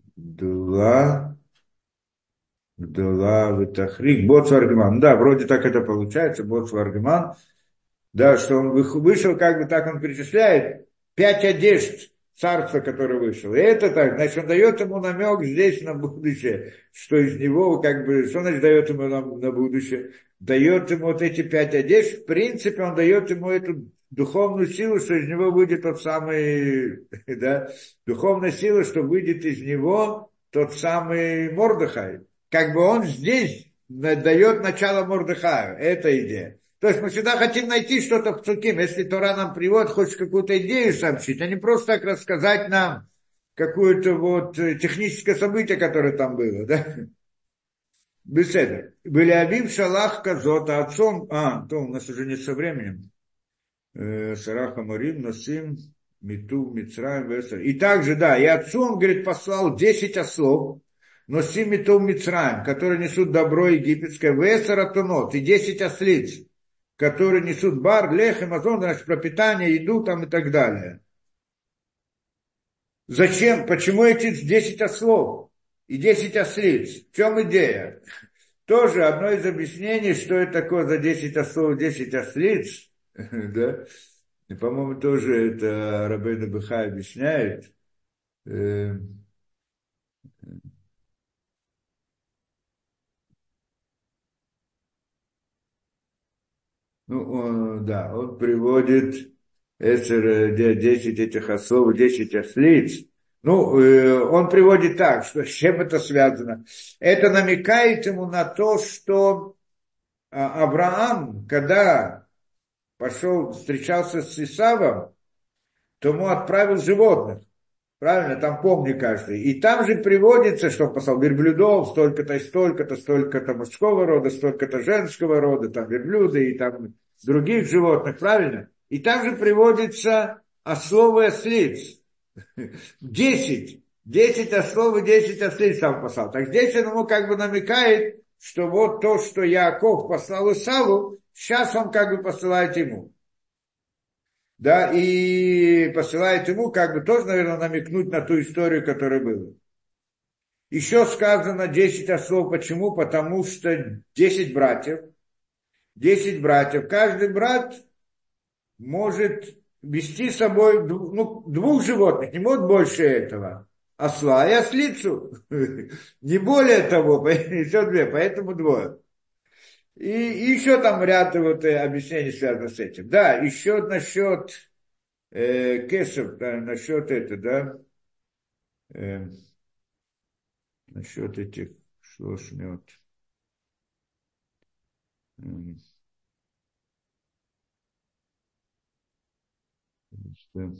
Дула, Дула, Витахрик, Боцваргман. Да, вроде так это получается, Боцваргман. Да, что он вышел, как бы так он перечисляет, пять одежд царства, который вышел. И это так, значит, он дает ему намек здесь на будущее, что из него, как бы, что значит дает ему на, на будущее? Дает ему вот эти пять одежд, в принципе, он дает ему эту духовную силу, что из него выйдет тот самый, да, духовная сила, что выйдет из него тот самый Мордехай. Как бы он здесь дает начало Мордехаю, это идея. То есть мы всегда хотим найти что-то в Псуким. Если Тора нам приводит, хочет какую-то идею сообщить, а не просто так рассказать нам какое-то вот техническое событие, которое там было, да? Беседа. Были Абим Шалах Казота, отцом, а, то у нас уже не со временем. Сараха Марим, Насим, Миту, Мицраем, Весер. И также, да, и отцу он, говорит, послал десять ослов, Носим, Миту, Мицраем, которые несут добро египетское, Весер, Атунот, и десять ослиц, которые несут бар, лех, амазон, значит, пропитание, еду там и так далее. Зачем? Почему эти десять ослов и десять ослиц? В чем идея? Тоже одно из объяснений, что это такое за десять ослов, десять ослиц, да? И, по-моему, тоже это Рабейну Бехай объясняет. Ну, он, да, он приводит эсер, десять этих ослов, десять ослиц. Ну, э, он приводит так, что с чем это связано. Это намекает ему на то, что а, Авраам, когда пошел, встречался с Исавом, то ему отправил животных. Правильно, там помни каждый. И там же приводится, что он послал верблюдов, столько-то и столько-то, столько-то мужского рода, столько-то женского рода, там верблюды и там других животных, правильно? И там же приводится ослов и ослиц. Десять. Десять ослов и десять ослиц там послал. Так здесь он ему как бы намекает, что вот то, что Яаков послал Исаву, сейчас он как бы посылает ему. Да, и посылает ему, как бы тоже, наверное, намекнуть на ту историю, которая была. Еще сказано десять ослов. Почему? Потому что десять братьев. Десять братьев. Каждый брат может вести с собой ну, двух животных, не может больше этого. Осла и ослицу. Не более того, еще две, поэтому двое. И, и еще там ряд вот объяснений связано с этим. Да, еще насчет Э, Кесов, да, насчет это, да, э, насчет этих шлошмет. Э, что...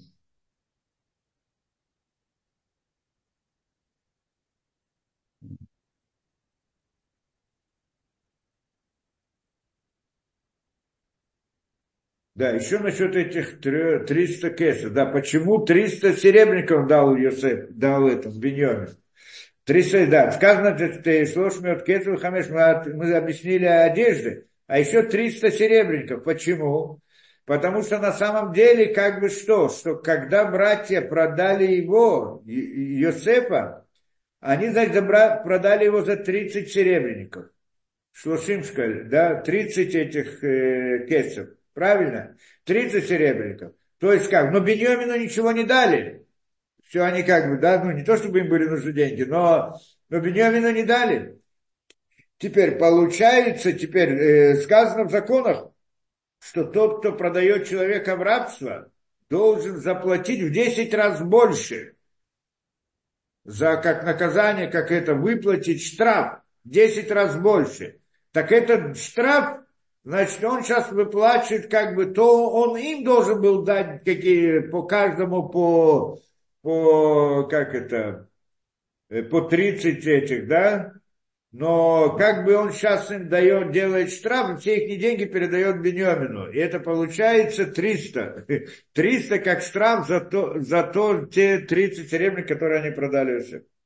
Да, еще насчет этих триста кесов. Да, почему триста серебряников дал Йосеф, дал этому Биньону? триста, да, сказано, что шлошмет кесов хамеш, мы, мы объяснили одежды, а еще триста серебряников. Почему? Потому что на самом деле, как бы что, что когда братья продали его, Йосефа, они, значит, продали его за тридцать серебряников. Шлошимская, да, тридцать этих э, кесов. Правильно? тридцать серебряников. То есть как? Но Биньямину ничего не дали. Все они как бы, да, ну не то чтобы им были нужны деньги, но, но Биньямину не дали. Теперь получается, теперь э, сказано в законах, что тот, кто продает человека в рабство, должен заплатить в десять раз больше. За как наказание, как это, выплатить штраф в десять раз больше. Так этот штраф, значит, он сейчас выплачивает, как бы, то он им должен был дать какие, по каждому по, по, как это, по тридцать этих, да? Но как бы он сейчас им дает, делает штраф, и все их деньги передает Биньямину. И это получается триста. триста как штраф за то, за то те тридцать серебряников, которые они продали все.